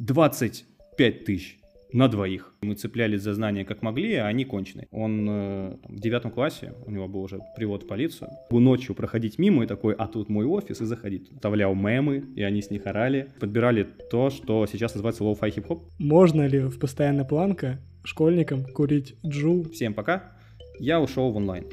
25 тысяч на двоих. Мы цеплялись за знания как могли, а они конченые. Он в 9 классе, у него был уже привод в полицию. Ночью проходить мимо и такой, а тут мой офис, и заходить. Вставлял мемы, и они с них орали. Подбирали то, что сейчас называется лоу-фай хип-хоп. Можно ли в постоянной планке школьникам курить джул? Всем пока. Я ушел в онлайн.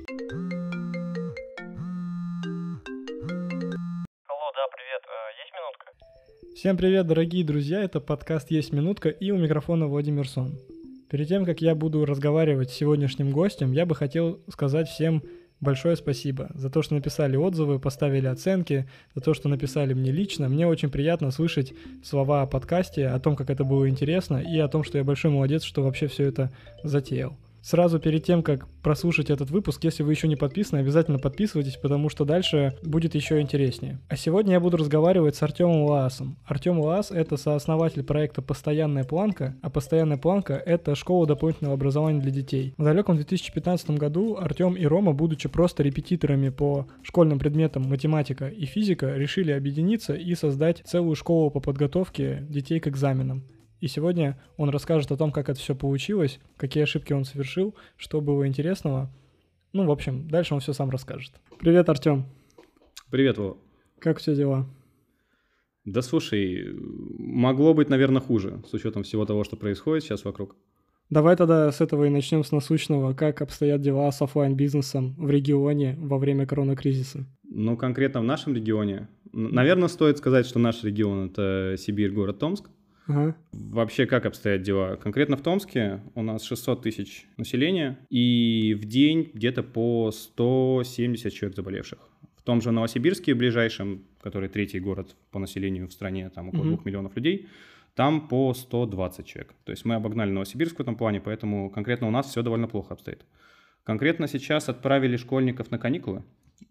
Всем привет, дорогие друзья, это подкаст «Есть минутка» и у микрофона Владимир Сон. Перед тем, как я буду разговаривать с сегодняшним гостем, я бы хотел сказать всем большое спасибо за то, что написали отзывы, поставили оценки, за то, что написали мне лично. Мне очень приятно слышать слова о подкасте, о том, как это было интересно, и о том, что я большой молодец, что вообще все это затеял. Сразу перед тем, как прослушать этот выпуск, если вы еще не подписаны, обязательно подписывайтесь, потому что дальше будет еще интереснее. А сегодня я буду разговаривать с Артемом Лаасом. Артем Лаас — это сооснователь проекта «Постоянная планка», а «Постоянная планка» — это школа дополнительного образования для детей. В далеком 2015 году Артем и Рома, будучи просто репетиторами по школьным предметам математика и физика, решили объединиться и создать целую школу по подготовке детей к экзаменам. И сегодня он расскажет о том, как это все получилось, какие ошибки он совершил, что было интересного. Ну, в общем, дальше он все сам расскажет. Привет, Артем. Привет, Вова. Как все дела? Да слушай, могло быть, наверное, хуже, с учетом всего того, что происходит сейчас вокруг. Давай тогда с этого и начнем, с насущного. Как обстоят дела с офлайн-бизнесом в регионе во время коронакризиса? Ну, конкретно в нашем регионе. Наверное, стоит сказать, что наш регион — это Сибирь, город Томск. Ага. Вообще, как обстоят дела? Конкретно в Томске у нас 600 тысяч населения, и в день где-то по 170 человек заболевших. В том же Новосибирске, ближайшем, который третий город по населению в стране, там около 2 миллионов людей, там по 120 человек. То есть мы обогнали Новосибирск в этом плане, поэтому конкретно у нас все довольно плохо обстоит. Конкретно сейчас отправили школьников на каникулы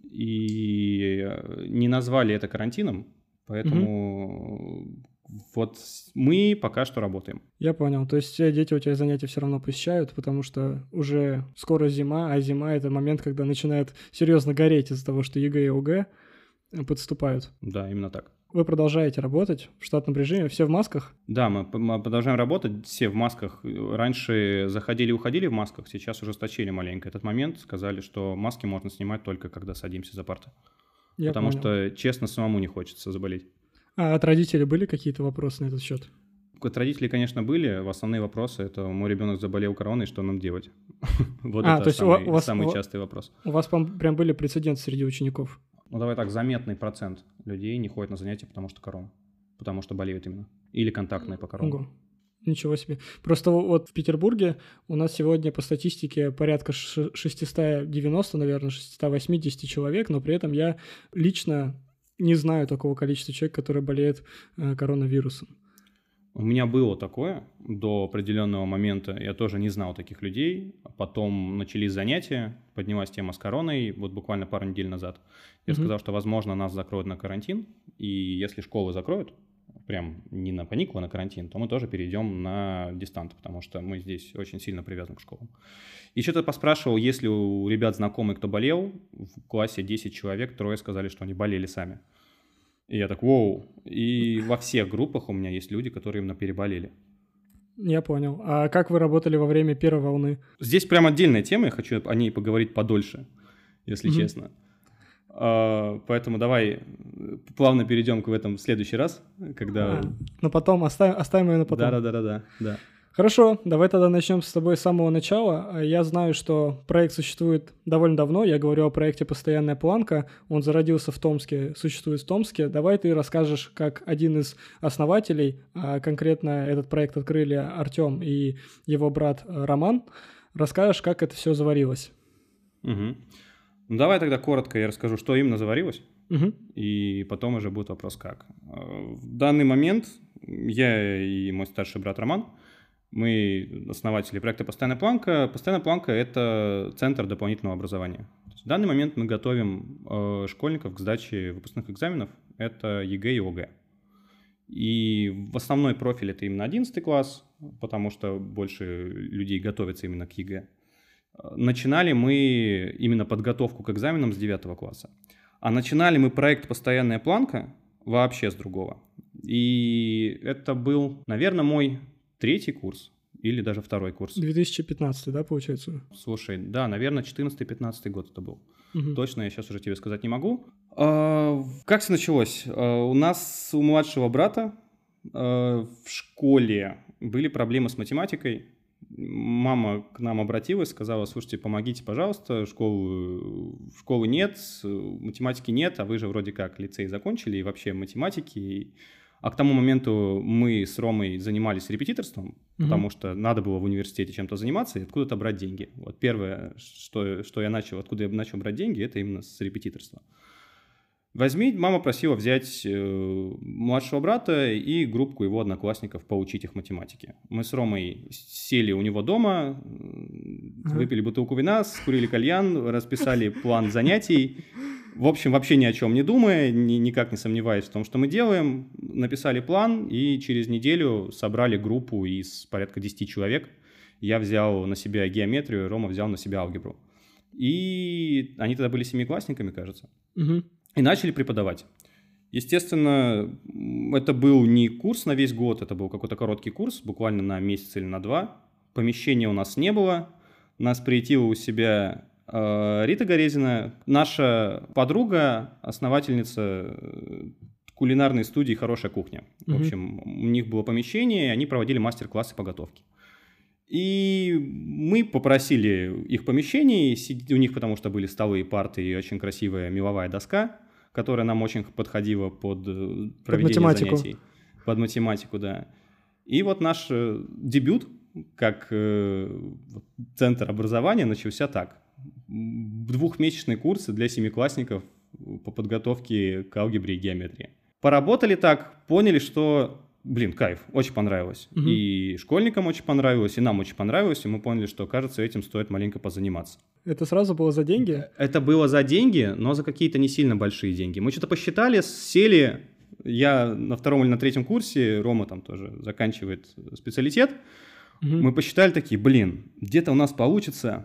и не назвали это карантином, поэтому... Вот мы пока что работаем. Я понял. То есть все дети у тебя занятия все равно посещают, потому что уже скоро зима, а зима — это момент, когда начинает серьезно гореть из-за того, что ЕГЭ и ОГЭ подступают. Да, именно так. Вы продолжаете работать в штатном режиме, все в масках? Да, мы продолжаем работать, все в масках. Раньше заходили и уходили в масках, сейчас ужесточили маленько этот момент, сказали, что маски можно снимать только когда садимся за парты. Потому что, честно, самому не хочется заболеть. А от родителей были какие-то вопросы на этот счет? От родителей, конечно, были. Основные вопросы — это мой ребенок заболел короной, что нам делать? Вот это самый частый вопрос. У вас прям были прецеденты среди учеников? Ну, давай так, заметный процент людей не ходит на занятия, потому что корона. Потому что болеют именно. Или контактные по короне. Ого. Ничего себе. Просто вот в Петербурге у нас сегодня по статистике порядка 690, наверное, 680 человек, но при этом я лично не знаю такого количества человек, которые болеют коронавирусом. У меня было такое до определенного момента. Я тоже не знал таких людей. Потом начались занятия, поднялась тема с короной, вот буквально пару недель назад. Я сказал, что, возможно, нас закроют на карантин. И если школы закроют, прям не на каникулы, а на карантин, то мы тоже перейдем на дистант, потому что мы здесь очень сильно привязаны к школам. И что-то поспрашивал, есть ли у ребят знакомый, кто болел. В классе 10 человек, 3 сказали, что они болели сами. И я так, воу. И во всех группах у меня есть люди, которые именно переболели. Я понял. А как вы работали во время первой волны? Здесь прям отдельная тема, я хочу о ней поговорить подольше, если честно. Поэтому давай плавно перейдем к этому в следующий раз, когда... Но потом, оставим ее на потом. Да. Хорошо, давай тогда начнем с тобой с самого начала. Я знаю, что проект существует довольно давно. Я говорю о проекте «Постоянная планка». Он зародился в Томске, существует в Томске. Давай ты расскажешь, как один из основателей, а конкретно этот проект открыли Артем и его брат Роман, расскажешь, как это все заварилось. Ну, давай тогда коротко я расскажу, что именно заварилось, и потом уже будет вопрос «как». В данный момент я и мой старший брат Роман, мы основатели проекта «Постоянная планка». «Постоянная планка» — это центр дополнительного образования. В данный момент мы готовим школьников к сдаче выпускных экзаменов. Это ЕГЭ и ОГЭ. И в основной профиль — это именно 11 класс, потому что больше людей готовятся именно к ЕГЭ. Начинали мы именно подготовку к экзаменам с 9 класса. А начинали мы проект «Постоянная планка» вообще с другого. И это был, наверное, мой 3-й курс или даже 2-й курс. 2015, да, получается? Слушай, да, наверное, 14-15 год это был. Точно я сейчас уже тебе сказать не могу. Как все началось? У младшего брата в школе были проблемы с математикой. Мама к нам обратилась, сказала: слушайте, помогите, пожалуйста, школы нет, математики нет, а вы же вроде как лицей закончили, и вообще математики. А к тому моменту мы с Ромой занимались репетиторством, потому что надо было в университете чем-то заниматься и откуда-то брать деньги. Вот первое, откуда я начал брать деньги, это именно с репетиторства. Мама просила взять младшего брата и группку его одноклассников поучить их математике. Мы с Ромой сели у него дома, выпили бутылку вина, скурили кальян, расписали план занятий. В общем, вообще ни о чем не думая, никак не сомневаясь в том, что мы делаем, написали план и через неделю собрали группу из порядка 10 человек. Я взял на себя геометрию, Рома взял на себя алгебру. И они тогда были 7-классниками, кажется. И начали преподавать. Естественно, это был не курс на весь год, это был какой-то короткий курс, буквально на месяц или на 2. Помещения у нас не было. Нас приютила у себя Рита Горезина, наша подруга, основательница кулинарной студии «Хорошая кухня». В общем, у них было помещение, и они проводили мастер-классы по готовке. И мы попросили их помещение, у них потому что были столы и парты и очень красивая меловая доска, которая нам очень подходила под проведение занятий. Под математику, да. И вот наш дебют как центр образования начался так. 2-месячные курсы для 7-классников по подготовке к алгебре и геометрии. Поработали так, поняли, что... кайф, очень понравилось. И школьникам очень понравилось, и нам очень понравилось, и мы поняли, что, кажется, этим стоит маленько позаниматься. Это сразу было за деньги? Это было за деньги, но за какие-то не сильно большие деньги. Мы что-то посчитали, сели, я на 2-м или на 3-м курсе, Рома там тоже заканчивает специалитет, мы посчитали такие, где-то у нас получится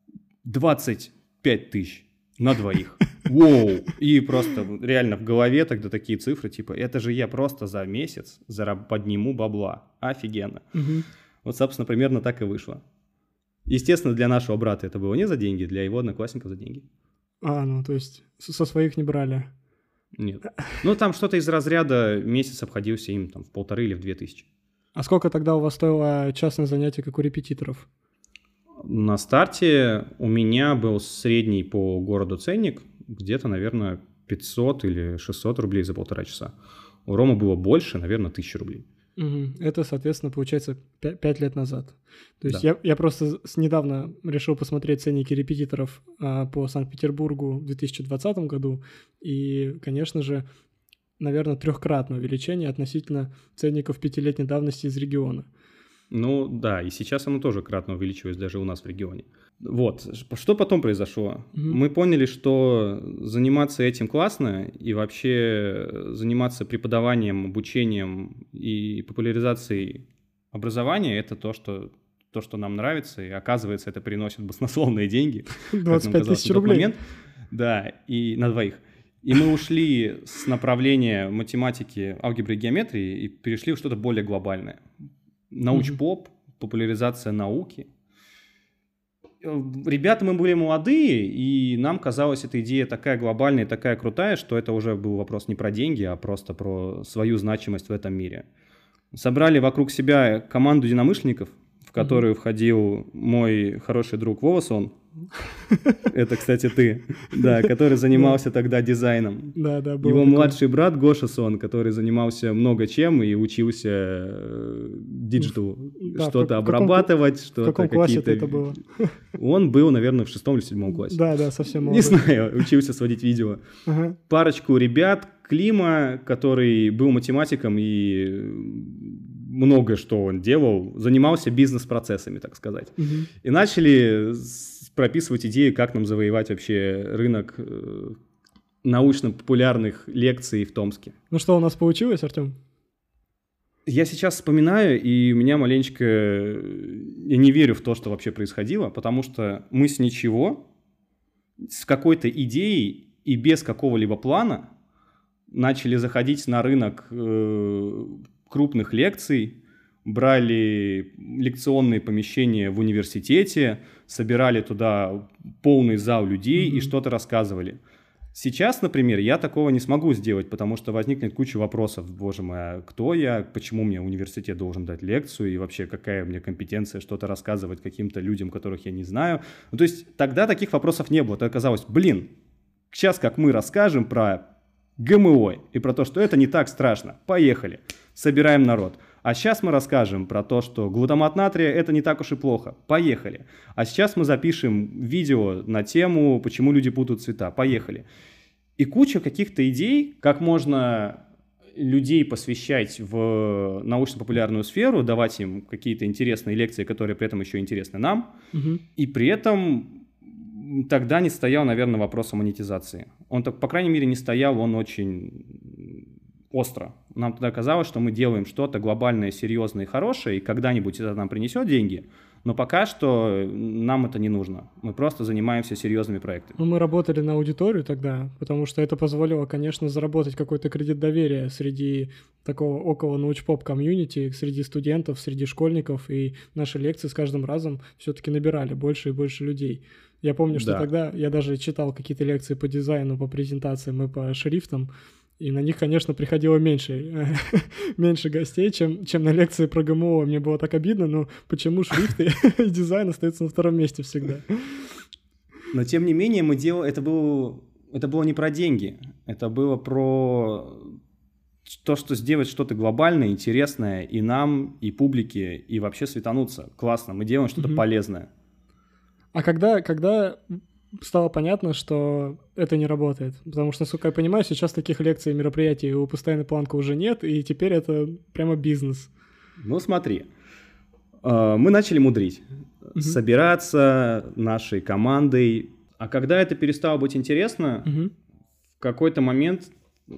25 тысяч на двоих. Воу! И просто реально в голове тогда такие цифры, типа, это же я просто за месяц подниму бабла. Офигенно. Вот, собственно, примерно так и вышло. Естественно, для нашего брата это было не за деньги, для его одноклассников за деньги. То есть со своих не брали? Нет. Там что-то из разряда месяц обходился им в 1500 или в 2000. А сколько тогда у вас стоило частное занятие, как у репетиторов? На старте у меня был средний по городу ценник, где-то, наверное, 500 или 600 рублей за 1,5 часа. У Ромы было больше, наверное, 1000 рублей. Это, соответственно, получается 5 лет назад. То есть да. Я просто недавно решил посмотреть ценники репетиторов по Санкт-Петербургу в 2020 году. И, конечно же, наверное, 3-кратное увеличение относительно ценников 5-летней давности из региона. Да, и сейчас оно тоже кратно увеличивается даже у нас в регионе. Вот, что потом произошло? Мы поняли, что заниматься этим классно, и вообще заниматься преподаванием, обучением и популяризацией образования – это то, что нам нравится, и оказывается, это приносит баснословные деньги. 25 тысяч рублей. Да, и на двоих. И мы ушли с направления математики, алгебры и геометрии и перешли в что-то более глобальное. Науч-поп, популяризация науки. Ребята, мы были молодые, и нам казалась эта идея такая глобальная и такая крутая, что это уже был вопрос не про деньги, а просто про свою значимость в этом мире. Собрали вокруг себя команду единомышленников, в которую входил мой хороший друг Вова Сон. Это, кстати, ты, да, который занимался тогда дизайном. Да, был. Его младший брат Гоша Сон, который занимался много чем и учился диджитал, что-то обрабатывать, что-то какие-то... В каком классе это было? Он был, наверное, в 6 или 7 классе. Да, совсем молодой. Не знаю, учился сводить видео. Парочку ребят, Клима, который был математиком и многое, что он делал, занимался бизнес-процессами, так сказать. И начали прописывать идеи, как нам завоевать вообще рынок научно-популярных лекций в Томске. Что у нас получилось, Артем? Я сейчас вспоминаю, и у меня маленечко... Я не верю в то, что вообще происходило, потому что мы с ничего, с какой-то идеей и без какого-либо плана начали заходить на рынок крупных лекций, брали лекционные помещения в университете, собирали туда полный зал людей и что-то рассказывали. Сейчас, например, я такого не смогу сделать, потому что возникнет куча вопросов. Боже мой, а кто я, почему мне университет должен дать лекцию, и вообще какая у меня компетенция что-то рассказывать каким-то людям, которых я не знаю. Ну, то есть тогда таких вопросов не было. Тогда казалось, сейчас как мы расскажем про ГМО и про то, что это не так страшно. Поехали, собираем народ. А сейчас мы расскажем про то, что глутамат натрия – это не так уж и плохо. Поехали. А сейчас мы запишем видео на тему, почему люди путают цвета. Поехали. И куча каких-то идей, как можно людей посвящать в научно-популярную сферу, давать им какие-то интересные лекции, которые при этом еще интересны нам. И при этом тогда не стоял, наверное, вопрос о монетизации. Он, по крайней мере, не стоял, он очень остро. Нам тогда казалось, что мы делаем что-то глобальное, серьезное и хорошее, и когда-нибудь это нам принесет деньги, но пока что нам это не нужно. Мы просто занимаемся серьезными проектами. Ну, мы работали на аудиторию тогда, потому что это позволило, конечно, заработать какой-то кредит доверия среди такого около научпоп-комьюнити, среди студентов, среди школьников, и наши лекции с каждым разом все-таки набирали больше и больше людей. Я помню, что тогда я даже читал какие-то лекции по дизайну, по презентациям и по шрифтам, и на них, конечно, приходило меньше гостей, чем на лекции про ГМО. Мне было так обидно, но почему шрифты и дизайн остаются на втором месте всегда? Но, тем не менее, это было не про деньги. Это было про то, что сделать что-то глобальное, интересное и нам, и публике, и вообще светануться. Классно, мы делаем что-то полезное. А когда стало понятно, что это не работает? Потому что, насколько я понимаю, сейчас таких лекций и мероприятий у «Постоянной планки» уже нет, и теперь это прямо бизнес. Ну, смотри. Мы начали мудрить. Собираться нашей командой. А когда это перестало быть интересно, в какой-то момент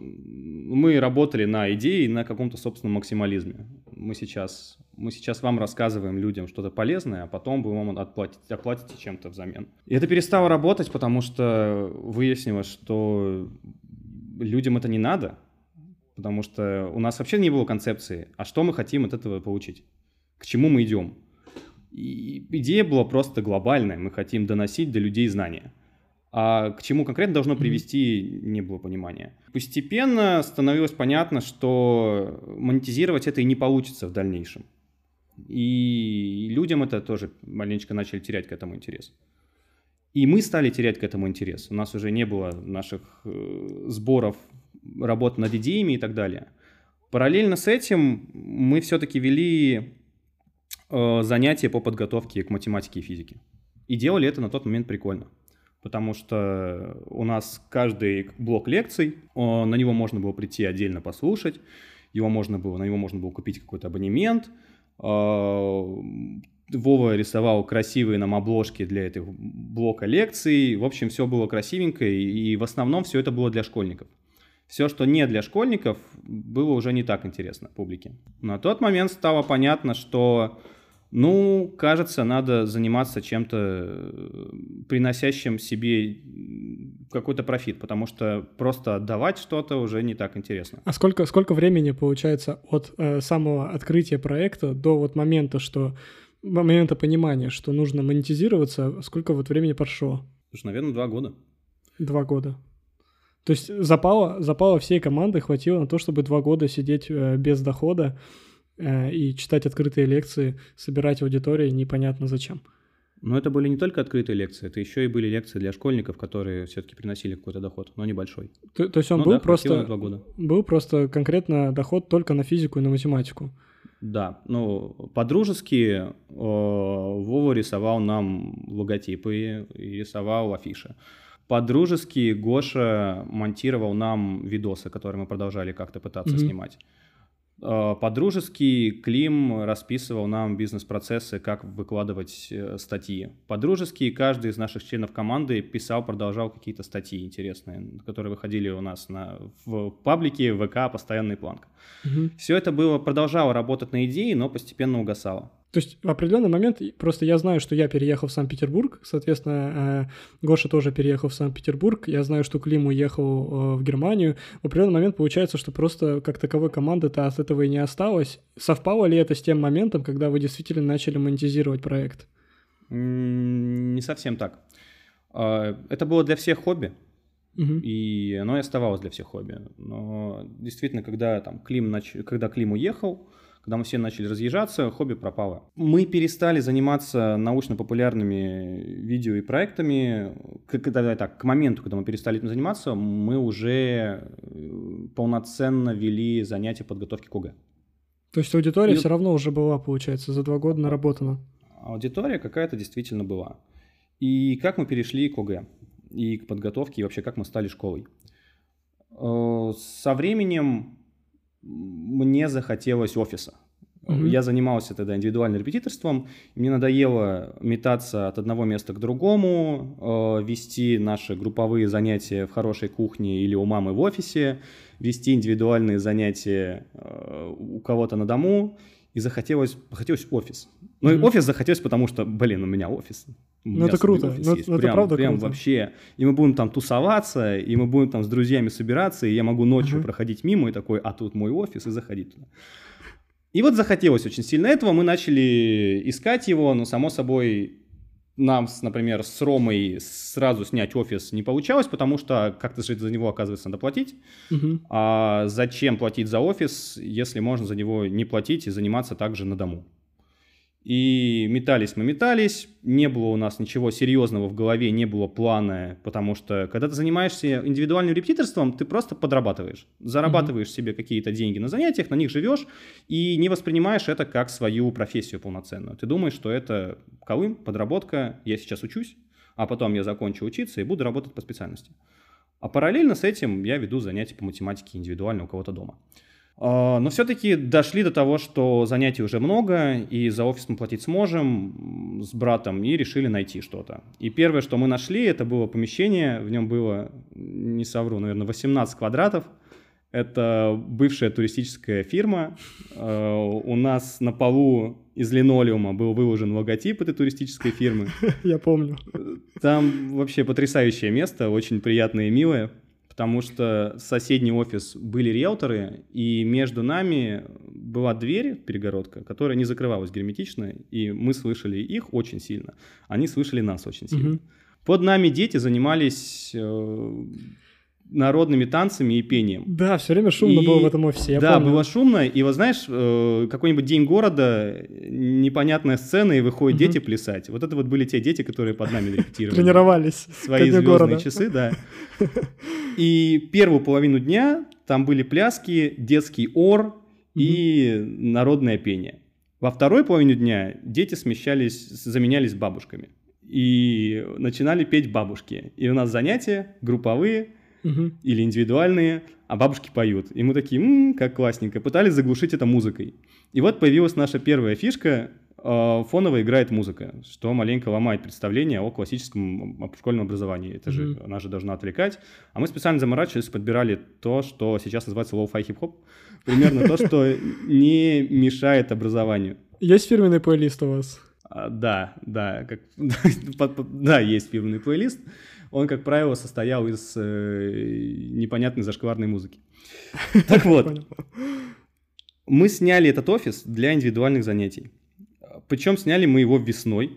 мы работали на идее и на каком-то собственном максимализме. Мы сейчас вам рассказываем людям что-то полезное, а потом вы вам оплатите чем-то взамен. И это перестало работать, потому что выяснилось, что людям это не надо, потому что у нас вообще не было концепции, а что мы хотим от этого получить, к чему мы идем. И идея была просто глобальная, мы хотим доносить до людей знания. А к чему конкретно должно привести, не было понимания. Постепенно становилось понятно, что монетизировать это и не получится в дальнейшем. И людям это тоже маленечко начали терять к этому интерес. И мы стали терять к этому интерес. У нас уже не было наших сборов, работ над идеями и так далее. Параллельно с этим мы все-таки вели занятия по подготовке к математике и физике. И делали это на тот момент прикольно. Потому что у нас каждый блок лекций, на него можно было прийти отдельно послушать, на него можно было купить какой-то абонемент. Вова рисовал красивые нам обложки для этого блока лекций. В общем, все было красивенько, и в основном все это было для школьников. Все, что не для школьников, было уже не так интересно публике. На тот момент стало понятно, что кажется, надо заниматься чем-то, приносящим себе какой-то профит, потому что просто отдавать что-то уже не так интересно. А сколько времени получается от самого открытия проекта до момента понимания, что нужно монетизироваться, сколько времени прошло? Слушай, наверное, 2 года. 2 года. То есть запала всей команды хватило на то, чтобы 2 года сидеть без дохода, и читать открытые лекции, собирать аудиторию непонятно зачем. Но это были не только открытые лекции, это еще и были лекции для школьников, которые все-таки приносили какой-то доход, но небольшой. То есть он был просто конкретно доход только на физику и на математику? Да, по-дружески Вова рисовал нам логотипы и рисовал афиши. По-дружески Гоша монтировал нам видосы, которые мы продолжали как-то пытаться снимать. По-дружески Клим расписывал нам бизнес-процессы, как выкладывать статьи. По-дружески каждый из наших членов команды продолжал какие-то статьи интересные, которые выходили у нас в паблике ВК «Постоянный планк». Все это продолжало работать на идее, но постепенно угасало. То есть в определенный момент, просто я знаю, что я переехал в Санкт-Петербург, соответственно, Гоша тоже переехал в Санкт-Петербург, я знаю, что Клим уехал в Германию. В определенный момент получается, что просто как таковой команды-то от этого и не осталось. Совпало ли это с тем моментом, когда вы действительно начали монетизировать проект? Не совсем так. Это было для всех хобби, и оно и оставалось для всех хобби. Но действительно, когда Клим уехал, когда мы все начали разъезжаться, хобби пропало. Мы перестали заниматься научно-популярными видео и проектами. К моменту, когда мы перестали этим заниматься, мы уже полноценно вели занятия подготовки к ОГЭ. То есть аудитория все равно уже была, получается, за 2 года наработана? Аудитория какая-то действительно была. И как мы перешли к ОГЭ, и к подготовке, и вообще как мы стали школой. Со временем мне захотелось офиса. Я занимался тогда индивидуальным репетиторством, мне надоело метаться от одного места к другому, вести наши групповые занятия в хорошей кухне или у мамы в офисе, вести индивидуальные занятия у кого-то на дому, и захотелось офис. Ну и офис захотелось, потому что, у меня офис. Ну это круто, это правда прям круто. Вообще. И мы будем там тусоваться, и мы будем там с друзьями собираться, и я могу ночью проходить мимо и такой, а тут мой офис, и заходить туда. И вот захотелось очень сильно этого, мы начали искать его, но само собой нам, например, с Ромой сразу снять офис не получалось, потому что как-то же за него, оказывается, надо платить. А зачем платить за офис, если можно за него не платить и заниматься также на дому? И метались, не было у нас ничего серьезного в голове, не было плана, потому что когда ты занимаешься индивидуальным репетиторством, ты просто подрабатываешь, зарабатываешь себе какие-то деньги на занятиях, на них живешь и не воспринимаешь это как свою профессию полноценную. Ты думаешь, что это колым, подработка, я сейчас учусь, а потом я закончу учиться и буду работать по специальности. А параллельно с этим я веду занятия по математике индивидуально у кого-то дома. Но все-таки дошли до того, что занятий уже много, и за офис мы платить сможем с братом, и решили найти что-то. И первое, что мы нашли, это было помещение, в нем было, не совру, наверное, 18 квадратов. Это бывшая туристическая фирма. У нас на полу из линолеума был выложен логотип этой туристической фирмы. Я помню. Там вообще потрясающее место, очень приятное и милое. Потому что соседний офис были риэлторы, и между нами была дверь, перегородка, которая не закрывалась герметично, и мы слышали их очень сильно, они слышали нас очень сильно. Под нами дети занимались народными танцами и пением. Да, все время шумно было в этом офисе, я помню. Было шумно, и вот знаешь, какой-нибудь день города, непонятная сцена, и выходят дети плясать. Вот это вот были те дети, которые под нами репетировали. Тренировались. Свои звездные часы, да. И первую половину дня там были пляски, детский ор и народное пение. Во второй половине дня дети заменялись бабушками. И начинали петь бабушки. И у нас занятия групповые, или индивидуальные, а бабушки поют. И мы такие, как классненько. Пытались заглушить это музыкой. И вот появилась наша первая фишка. Фоново играет музыка, что маленько ломает представление о классическом школьном образовании. Это же, она же должна отвлекать. А мы специально заморачивались, подбирали то, что сейчас называется лоу-фай хип-хоп. Примерно то, что не мешает образованию. Есть фирменный плейлист у вас? Да, есть фирменный плейлист. Он, как правило, состоял из непонятной зашкварной музыки. Так вот, мы сняли этот офис для индивидуальных занятий. Причем сняли мы его весной.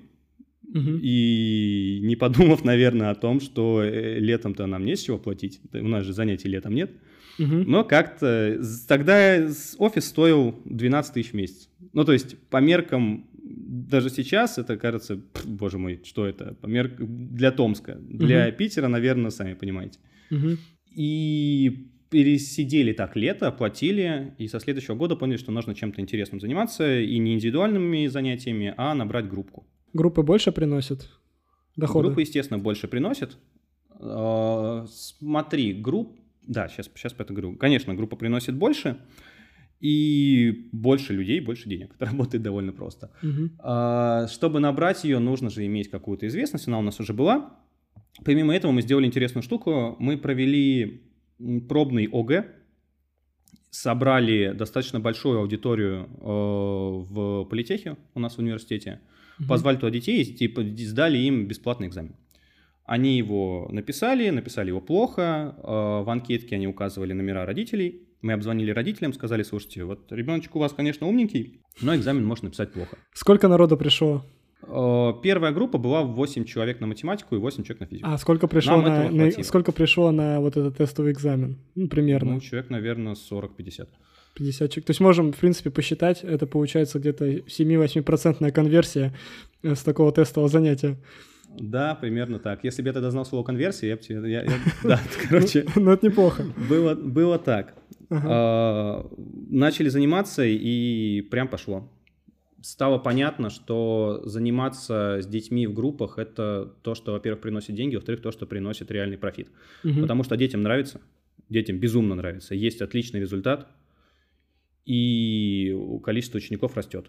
И не подумав, наверное, о том, что летом-то нам не с чего платить. У нас же занятий летом нет. Но как-то тогда офис стоил 12 тысяч в месяц. Ну, то есть по меркам... Даже сейчас это кажется, боже мой, что это? Для Томска. Для Питера, наверное, сами понимаете. И пересидели так лето, оплатили, и со следующего года поняли, что нужно чем-то интересным заниматься, и не индивидуальными занятиями, а набрать группу. Группы больше приносят доходы? Группы, естественно, больше приносят. Смотри, Да, сейчас по этому говорю. Конечно, группа приносит больше, и больше людей, больше денег. Это работает довольно просто. Чтобы набрать ее, нужно же иметь какую-то известность. Она у нас уже была. Помимо этого мы сделали интересную штуку. Мы провели пробный ОГЭ. собрали достаточно большую аудиторию в политехе у нас в университете, позвали туда детей и типа сдали им бесплатный экзамен. Они его написали его плохо, в анкетке они указывали номера родителей, мы обзвонили родителям, сказали, слушайте, вот ребеночек у вас, конечно, умненький, но экзамен можно написать плохо. Сколько народу пришло? Первая группа была 8 человек на математику и 8 человек на физику. А сколько пришло на вот этот тестовый экзамен? Ну, примерно. Ну, человек, наверное, 40-50. 50 человек. То есть можем, в принципе, посчитать, это получается где-то 7-8% конверсия с такого тестового занятия. Да, примерно так. Если бы я тогда знал слово конверсия, я бы тебе... Да, короче... Ну, это неплохо. Было так. Начали заниматься, и прям пошло. Стало понятно, что заниматься с детьми в группах – это то, что, во-первых, приносит деньги, во-вторых, то, что приносит реальный профит. Потому что детям нравится, детям безумно нравится, есть отличный результат, и количество учеников растет.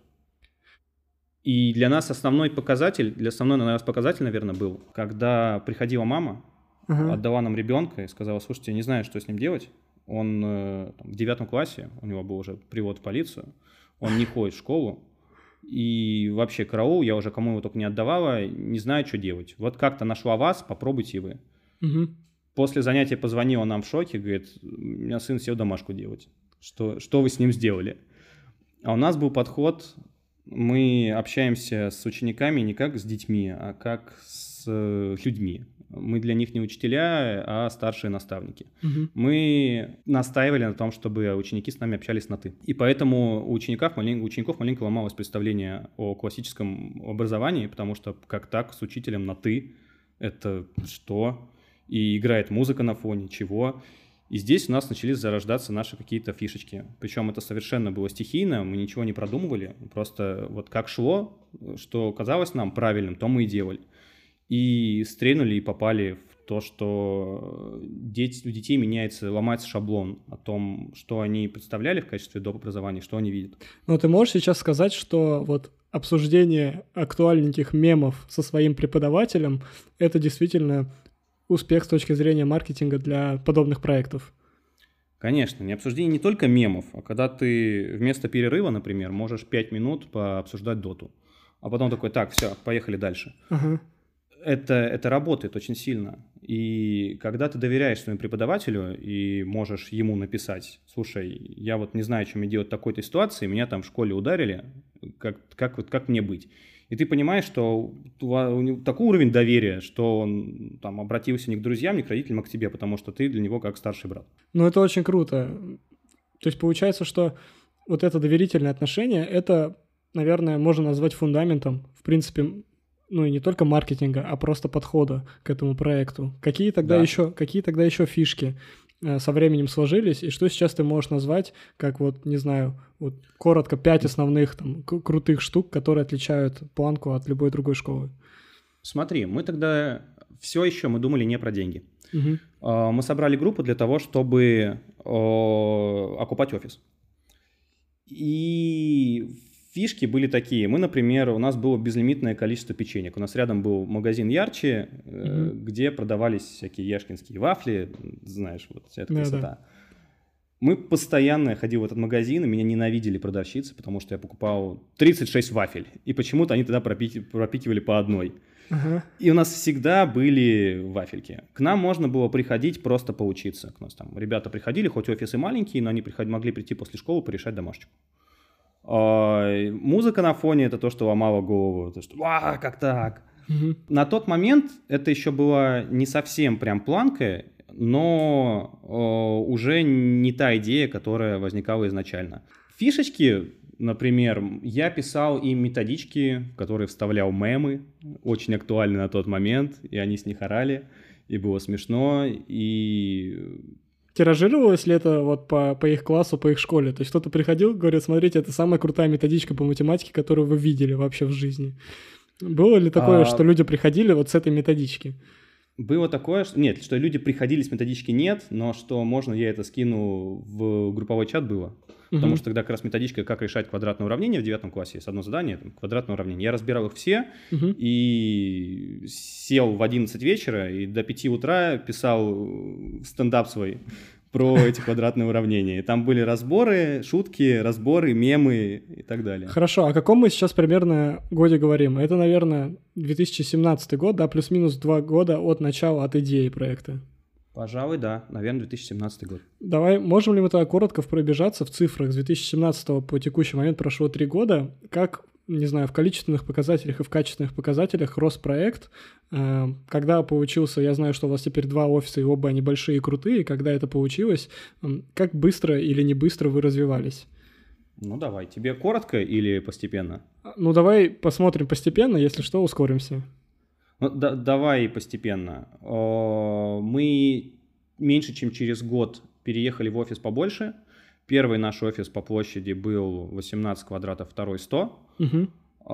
И для нас основной показатель, наверное, был, когда приходила мама, отдала нам ребенка и сказала, слушайте, я не знаю, что с ним делать. Он в 9 классе, у него был уже привод в полицию, он не ходит в школу. И вообще караул, я уже кому его только не отдавала, не знаю, что делать. Вот как-то нашла вас, попробуйте и вы. После занятия позвонила нам в шоке, говорит, у меня сын сел домашку делать. Что вы с ним сделали? А у нас был подход, мы общаемся с учениками не как с детьми, а как с людьми. Мы для них не учителя, а старшие наставники. Мы настаивали на том, чтобы ученики с нами общались на «ты». И поэтому у учеников маленько ломалось представление о классическом образовании, потому что как так с учителем на «ты» — это что? И играет музыка на фоне, чего? И здесь у нас начались зарождаться наши какие-то фишечки. Причем это совершенно было стихийно, мы ничего не продумывали. Просто вот как шло, что казалось нам правильным, то мы и делали. И стрельнули и попали в то, что у детей ломается шаблон о том, что они представляли в качестве доп. Образования, что они видят. Но ты можешь сейчас сказать, что вот обсуждение актуальненьких мемов со своим преподавателем — это действительно успех с точки зрения маркетинга для подобных проектов? Конечно, не обсуждение не только мемов, а когда ты вместо перерыва, например, можешь 5 минут пообсуждать доту, а потом такой, так, все, поехали дальше. Это работает очень сильно. И когда ты доверяешь своему преподавателю и можешь ему написать, слушай, я вот не знаю, что мне делать в такой-то ситуации, меня там в школе ударили, как мне быть? И ты понимаешь, что у него такой уровень доверия, что он там обратился не к друзьям, не к родителям, а к тебе, потому что ты для него как старший брат. Ну, это очень круто. То есть получается, что вот это доверительное отношение, это, наверное, можно назвать фундаментом, в принципе, ну и не только маркетинга, а просто подхода к этому проекту. Какие тогда еще фишки со временем сложились, и что сейчас ты можешь назвать как вот, не знаю, вот коротко 5 основных там крутых штук, которые отличают Планку от любой другой школы? Смотри, мы тогда все еще мы думали не про деньги. Мы собрали группу для того, чтобы окупать офис. И фишки были такие. Мы, например, у нас было безлимитное количество печенек. У нас рядом был магазин Ярче, где продавались всякие яшкинские вафли. Знаешь, вот вся эта красота. Да. Мы постоянно ходили в этот магазин, и меня ненавидели продавщицы, потому что я покупал 36 вафель. И почему-то они тогда пропикивали по одной. И у нас всегда были вафельки. К нам можно было приходить просто поучиться. К нас там ребята приходили, хоть офисы маленькие, но они могли прийти после школы порешать домашку. Музыка на фоне — это то, что ломало голову, то, что как так? На тот момент это еще была не совсем прям планка, но уже не та идея, которая возникала изначально. Фишечки, например, я писал им методички, в которые вставлял мемы, очень актуальны на тот момент, и они с них орали, и было смешно, и... Тиражировалось ли это вот по их классу, по их школе? То есть кто-то приходил, говорит, смотрите, это самая крутая методичка по математике, которую вы видели вообще в жизни. Было ли такое, что люди приходили вот с этой методички? Было такое, что... Нет, что люди приходили с методички нет, но что можно я это скину в групповой чат было. Потому что тогда как раз методичка «Как решать квадратное уравнение» в 9 классе. Есть одно задание, квадратное уравнение. Я разбирал их все и сел в 11 вечера и до 5 утра писал стендап свой про эти квадратные уравнения. И там были разборы, шутки, разборы, мемы и так далее. Хорошо, о каком мы сейчас примерно годе говорим? Это, наверное, 2017 год, да, плюс-минус 2 года от начала, от идеи проекта. Пожалуй, да, наверное, 2017 год. Давай, можем ли мы тогда коротко пробежаться в цифрах? С 2017 по текущий момент прошло 3 года. Как, не знаю, в количественных показателях и в качественных показателях рос проект? Когда получился, я знаю, что у вас теперь 2 офиса, и оба они большие и крутые. Когда это получилось? Как быстро или не быстро вы развивались? Ну, давай. Тебе коротко или постепенно? Ну, давай посмотрим постепенно, если что, ускоримся. Ну, давай постепенно. Мы меньше, чем через год переехали в офис побольше. Первый наш офис по площади был 18 квадратов, второй 100. Угу.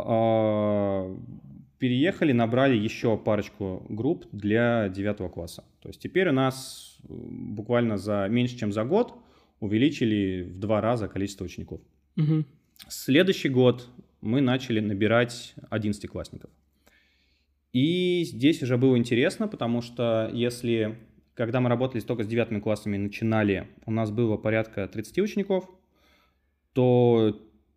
Переехали, набрали еще парочку групп для 9 класса. То есть теперь у нас буквально меньше, чем за год увеличили в 2 раза количество учеников. Угу. Следующий год мы начали набирать 11-классников. И здесь уже было интересно, потому что когда мы работали только с 9 классами и начинали, у нас было порядка 30 учеников, то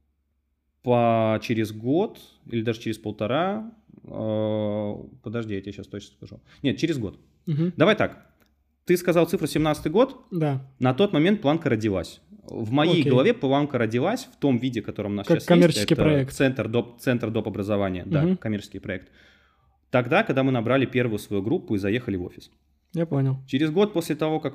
через год или даже через 1,5, подожди, я тебе сейчас точно скажу. Нет, через год. Угу. Давай так, ты сказал цифру 17 год, да. На тот момент планка родилась. В моей голове планка родилась в том виде, в котором у нас как сейчас коммерческий есть. Проект. Центр доп. Образования, да, коммерческий проект. Тогда, когда мы набрали первую свою группу и заехали в офис. Я понял. Через год после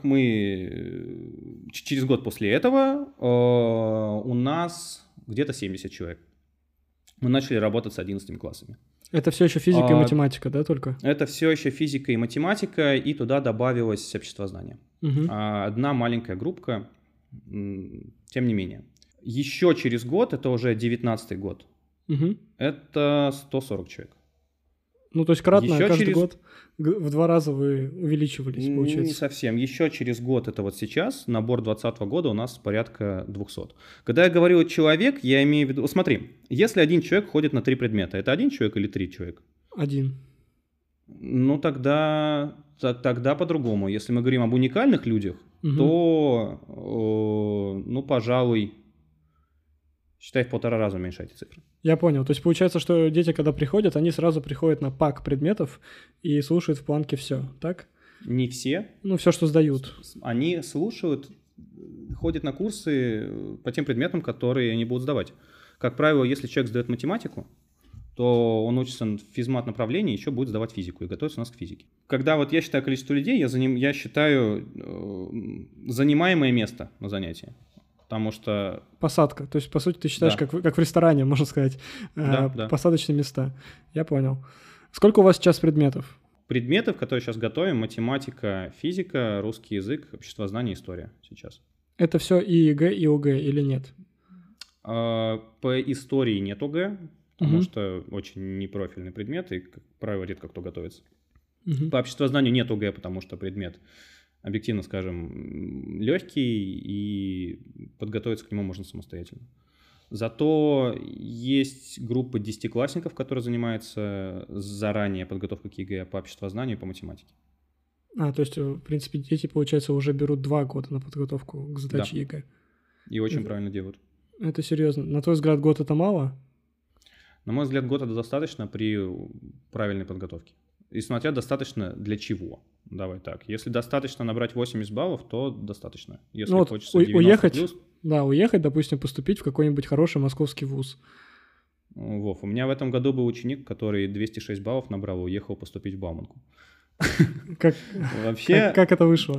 этого у нас где-то 70 человек. Мы начали работать с 11 классами. Это все еще физика и математика, да, только? Это все еще физика и математика, и туда добавилось обществознание. Угу. Одна маленькая группка, тем не менее. Еще через год, это уже 19-й год, это 140 человек. Ну, то есть кратно каждый год в 2 раза вы увеличивались, получается? Не совсем. Еще через год, это вот сейчас, набор 2020 года у нас порядка 200. Когда я говорю человек, я имею в виду... Смотри, если один человек ходит на 3 предмета, это 1 человек или 3 человека? 1. Ну, тогда по-другому. Если мы говорим об уникальных людях, то, пожалуй, считай, в 1,5 раза уменьшайте цифры. Я понял. То есть получается, что дети, когда приходят, они сразу приходят на пак предметов и слушают в планке все, так? Не все. Ну, все, что сдают. Они слушают, ходят на курсы по тем предметам, которые они будут сдавать. Как правило, если человек сдает математику, то он учится в физмат-направлении, еще будет сдавать физику и готовится у нас к физике. Когда вот я считаю количество людей, я считаю занимаемое место на занятии. Потому что... Посадка. То есть, по сути, ты считаешь, как в ресторане, можно сказать, да. посадочные места. Я понял. Сколько у вас сейчас предметов? Предметов, которые сейчас готовим, математика, физика, русский язык, обществознание, история сейчас. Это все и ЕГЭ, и ОГЭ или нет? По истории нет ОГЭ, потому что очень непрофильный предмет, и, как правило, редко кто готовится. По обществознанию нет ОГЭ, потому что предмет, объективно скажем, легкий, и подготовиться к нему можно самостоятельно. Зато есть группа 10-классников, которые занимаются заранее подготовкой к ЕГЭ по обществознанию и по математике. То есть, в принципе, дети, получается, уже берут 2 года на подготовку к задаче ЕГЭ. И очень правильно делают. Это серьезно. На твой взгляд, год — это мало? На мой взгляд, год — это достаточно при правильной подготовке. И смотря достаточно для чего. Давай так. Если достаточно набрать 80 баллов, то достаточно. Если хочется 90 плюс... уехать, допустим, поступить в какой-нибудь хороший московский вуз. Вов, у меня в этом году был ученик, который 206 баллов набрал и уехал поступить в Бауманку. Как это вышло?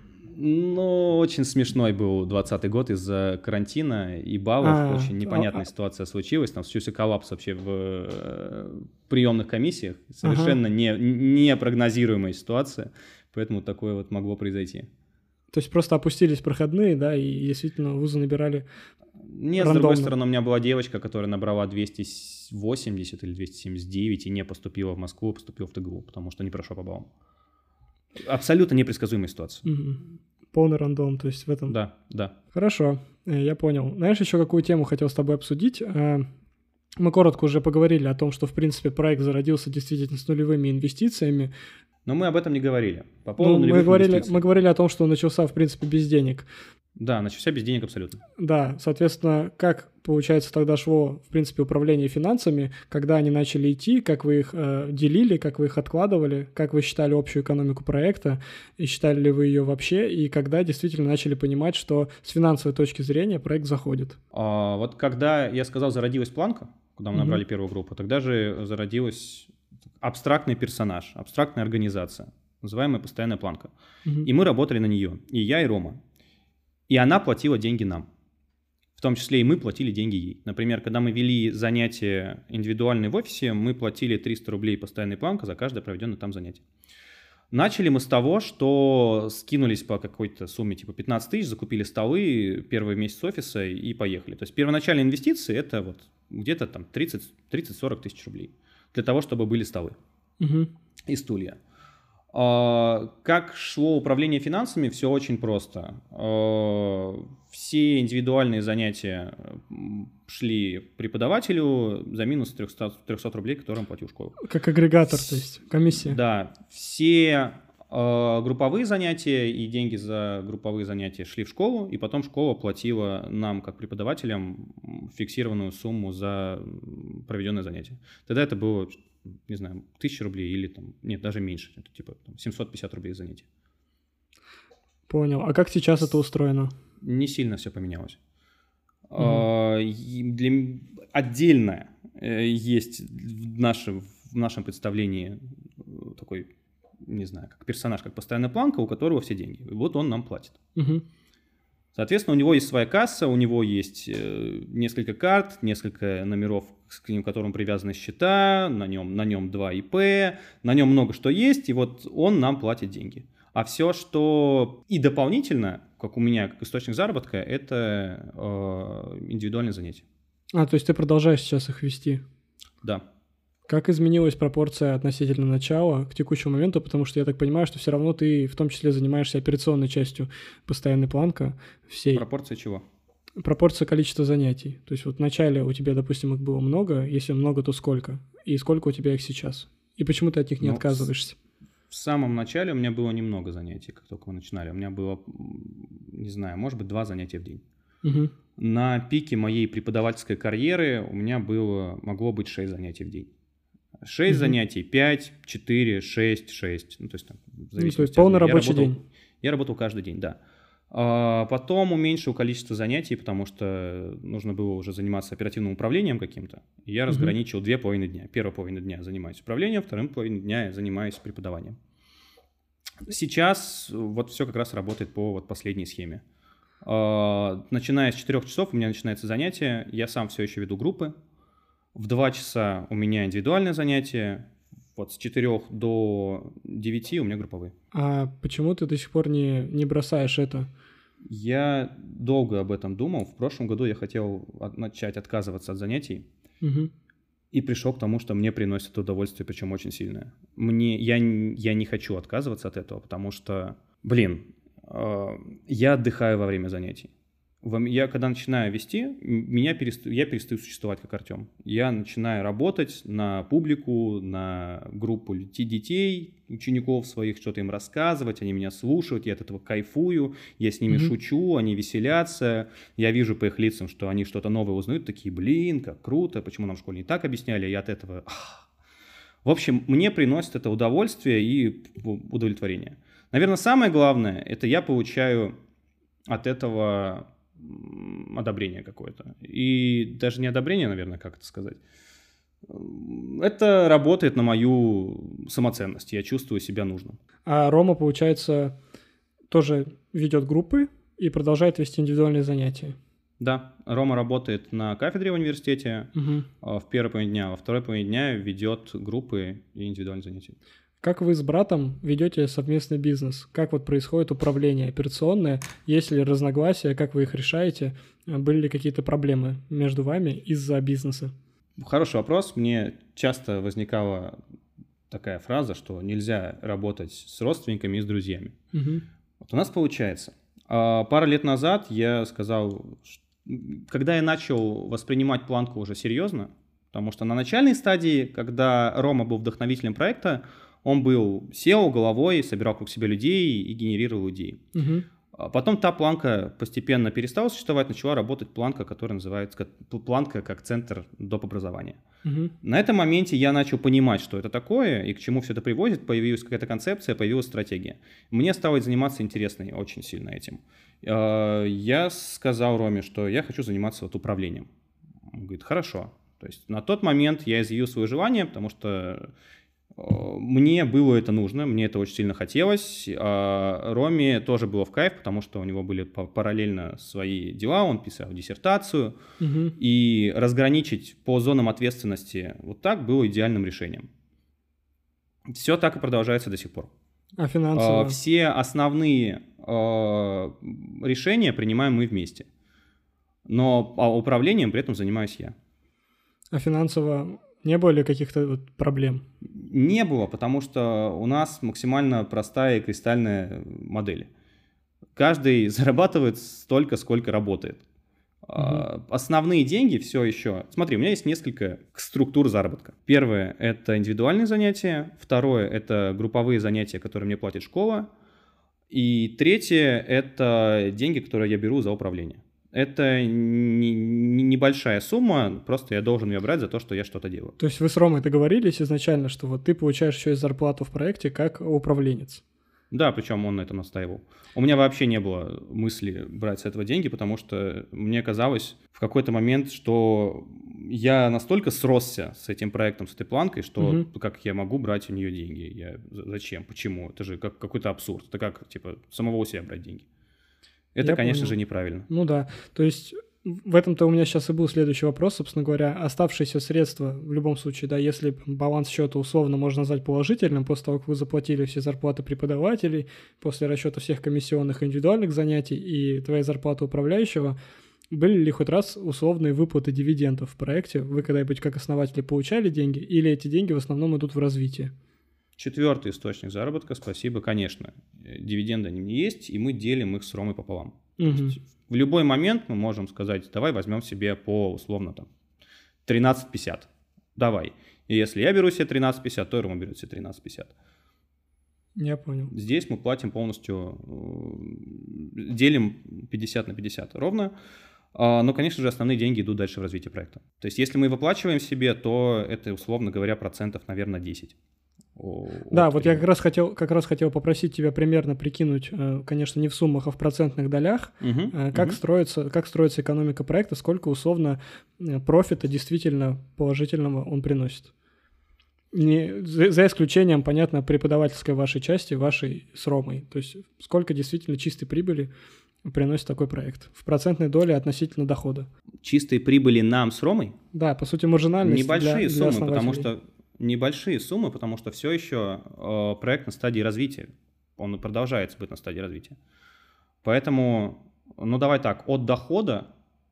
Ну, очень смешной был 2020 год из-за карантина и баллов. Очень непонятная ситуация случилась. Там случился коллапс вообще в приемных комиссиях. Совершенно непрогнозируемая ситуация. Поэтому такое вот могло произойти. То есть просто опустились проходные, да, и действительно вузы набирали Нет, рандомно. С другой стороны, у меня была девочка, которая набрала 280 или 279 и не поступила в Москву, а поступила в ТГУ, потому что не прошла по баллам. Абсолютно непредсказуемая ситуация. Полный рандом, то есть в этом... Да. Хорошо, я понял. Знаешь, еще какую тему хотел с тобой обсудить? Мы коротко уже поговорили о том, что, в принципе, проект зародился действительно с нулевыми инвестициями. Но мы об этом не говорили. По поводу нулевых инвестиций. Мы говорили о том, что он начался, в принципе, без денег. Да, начался без денег абсолютно. Да, соответственно, как, получается, тогда шло, в принципе, управление финансами, когда они начали идти, как вы их делили, как вы их откладывали, как вы считали общую экономику проекта, и считали ли вы ее вообще, и когда действительно начали понимать, что с финансовой точки зрения проект заходит? Вот когда я сказал, зародилась планка, когда мы набрали первую группу, тогда же зародилась абстрактный персонаж, абстрактная организация, называемая постоянная планка. И мы работали на нее, и я, и Рома. И она платила деньги нам. В том числе и мы платили деньги ей. Например, когда мы вели занятия индивидуальные в офисе, мы платили 300 рублей постоянной планка за каждое проведенное там занятие. Начали мы с того, что скинулись по какой-то сумме типа 15 тысяч, закупили столы, первый месяц офиса и поехали. То есть первоначальные инвестиции это вот где-то там 30-40 тысяч рублей для того, чтобы были столы и стулья. Как шло управление финансами, все очень просто. Все индивидуальные занятия шли преподавателю за минус 300 рублей, которые он платил в школу. Как агрегатор, то есть комиссия. Да, все групповые занятия и деньги за групповые занятия шли в школу, и потом школа платила нам, как преподавателям, фиксированную сумму за проведенное занятие. Тогда это было, не знаю, 1000 рублей или там, нет, даже меньше, это типа там, 750 рублей занятие. Понял. А как сейчас это устроено? Не сильно все поменялось. Отдельно есть в нашем представлении такой, не знаю, как персонаж, как постоянная планка, у которого все деньги. И вот он нам платит. Соответственно, у него есть своя касса, у него есть несколько карт, несколько номеров, к которым привязаны счета, на нем 2 ИП, на нем много что есть, и вот он нам платит деньги. А все, что и дополнительно, как у меня, как источник заработка, это индивидуальные занятия. То есть ты продолжаешь сейчас их вести? Да. Как изменилась пропорция относительно начала к текущему моменту? Потому что я так понимаю, что все равно ты в том числе занимаешься операционной частью постоянной планка всей. Пропорция чего? Пропорция количества занятий. То есть вот в начале у тебя, допустим, их было много. Если много, то сколько? И сколько у тебя их сейчас? И почему ты от них не отказываешься? В самом начале у меня было немного занятий, как только мы начинали. У меня было, не знаю, может быть, 2 занятия в день. На пике моей преподавательской карьеры у меня могло быть 6 занятий в день. 6 занятий, 5, 4, 6, 6. Ну, то есть, там, то есть полный рабочий день. Я работал каждый день, да. Потом уменьшил количество занятий, потому что нужно было уже заниматься оперативным управлением каким-то. И я разграничил 2 половины дня. Первая половина дня занимаюсь управлением, вторая половина дня я занимаюсь преподаванием. Сейчас вот все как раз работает по вот последней схеме. Начиная с 4 часов у меня начинается занятие, я сам все еще веду группы. В 2 часа у меня индивидуальные занятия, вот с 4 до 9 у меня групповые. А почему ты до сих пор не бросаешь это? Я долго об этом думал. В прошлом году я хотел начать отказываться от занятий. И пришел к тому, что мне приносит удовольствие, причем очень сильное. Я не хочу отказываться от этого, потому что, я отдыхаю во время занятий. Я когда начинаю вести, я перестаю существовать как Артем. Я начинаю работать на публику, на группу детей, учеников своих, что-то им рассказывать, они меня слушают, я от этого кайфую, я с ними шучу, они веселятся, я вижу по их лицам, что они что-то новое узнают, такие, как круто, почему нам в школе не так объясняли, я от этого... В общем, мне приносит это удовольствие и удовлетворение. Наверное, самое главное, это я получаю от этого одобрение какое-то. И даже не одобрение, наверное, как это сказать. Это работает на мою самоценность. Я чувствую себя нужным. А Рома, получается, тоже ведет группы и продолжает вести индивидуальные занятия? Да, Рома работает на кафедре в университете в первой половине дня, во второй половине дня ведет группы и индивидуальные занятия. Как вы с братом ведете совместный бизнес? Как вот происходит управление операционное? Есть ли разногласия? Как вы их решаете? Были ли какие-то проблемы между вами из-за бизнеса? Хороший вопрос. Мне часто возникала такая фраза, что нельзя работать с родственниками и с друзьями. Вот у нас получается. Пару лет назад я сказал, когда я начал воспринимать планку уже серьезно, Потому что на начальной стадии, когда Рома был вдохновителем проекта, он был SEO головой, собирал вокруг себя людей и генерировал идеи. Потом та планка постепенно перестала существовать, начала работать планка, которая называется планка как центр доп. Образования. На этом моменте я начал понимать, что это такое и к чему все это приводит. Появилась какая-то концепция, появилась стратегия. Мне стало заниматься интересно очень сильно этим. Я сказал Роме, что я хочу заниматься управлением. Он говорит, хорошо. То есть на тот момент я изъявил свое желание, потому что мне было это нужно, мне это очень сильно хотелось. Роме тоже было в кайф, потому что у него были параллельно свои дела, он писал диссертацию. И разграничить по зонам ответственности вот так было идеальным решением. Все так и продолжается до сих пор. А финансово? Все основные решения принимаем мы вместе. Но управлением при этом занимаюсь я. А финансово не было ли каких-то проблем? Не было, потому что у нас максимально простая и кристальная модель. Каждый зарабатывает столько, сколько работает. Основные деньги все еще... Смотри, у меня есть несколько структур заработка. Первое – это индивидуальные занятия. Второе – это групповые занятия, которые мне платит школа. И третье – это деньги, которые я беру за управление. Это небольшая сумма, просто я должен ее брать за то, что я что-то делаю. То есть вы с Ромой договорились изначально, что вот ты получаешь еще и зарплату в проекте как управленец? Да, причем он на этом настаивал. У меня вообще не было мысли брать с этого деньги, потому что мне казалось в какой-то момент, что я настолько сросся с этим проектом, с этой планкой, что как я могу брать у нее деньги? Зачем? Почему? Это же какой-то абсурд. Это как, типа, самого у себя брать деньги. Это, конечно же, неправильно. Ну да, то есть в этом-то у меня сейчас и был следующий вопрос, собственно говоря. Оставшиеся средства, в любом случае, да, если баланс счета условно можно назвать положительным, после того, как вы заплатили все зарплаты преподавателей, после расчета всех комиссионных и индивидуальных занятий и твоей зарплаты управляющего, были ли хоть раз условные выплаты дивидендов в проекте? Вы когда-нибудь как основатели получали деньги или эти деньги в основном идут в развитие? Четвертый источник заработка, спасибо, конечно. Дивиденды они есть, и мы делим их с Ромой пополам. В любой момент мы можем сказать, давай возьмем себе по, условно, там, 13,50. Давай. И если я беру себе 13,50, то Рома берет себе 13,50. Я понял. Здесь мы платим полностью, делим 50 на 50 ровно. Но, конечно же, основные деньги идут дальше в развитие проекта. То есть, если мы выплачиваем себе, то это, условно говоря, процентов, наверное, 10. Да, вот я как раз хотел попросить тебя примерно прикинуть, конечно, не в суммах, а в процентных долях, как строится экономика проекта, сколько условно профита действительно положительного он приносит. За исключением, понятно, преподавательской вашей части, вашей с Ромой. То есть сколько действительно чистой прибыли приносит такой проект в процентной доле относительно дохода. Чистой прибыли нам с Ромой? Да, по сути, маржинальность небольшие для суммы, небольшие суммы, потому что все еще проект на стадии развития. Он продолжается быть на стадии развития. Поэтому, ну давай так, от дохода,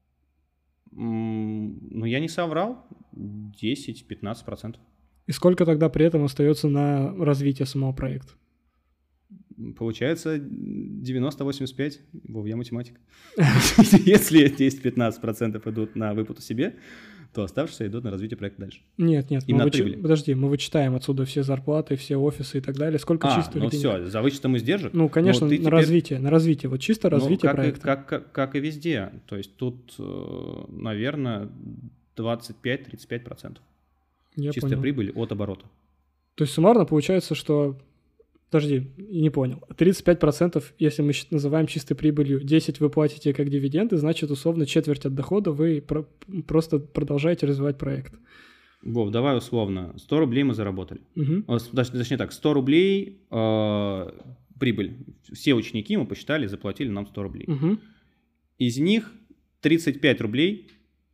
ну я не соврал, 10-15%. И сколько тогда при этом остается на развитие самого проекта? Получается 90-85, Вов, я математик. Если 10-15% идут на выплату себе, то оставшиеся идут на развитие проекта дальше. Нет, подожди, мы вычитаем отсюда все зарплаты, все офисы и так далее. Сколько чистых денег? Ну все, за вычетом издержек? Ну, конечно, на развитие, вот чисто развитие проекта. Как и везде, то есть тут, наверное, 25-35% чистая прибыль от оборота. То есть суммарно получается, что... Подожди, не понял. 35%, если мы называем чистой прибылью, 10% вы платите как дивиденды, значит, условно, четверть от дохода вы просто продолжаете развивать проект. Вов, давай условно. 100 рублей мы заработали. Точнее так, 100 рублей прибыль. Все ученики мы посчитали, заплатили нам 100 рублей. Из них 35 рублей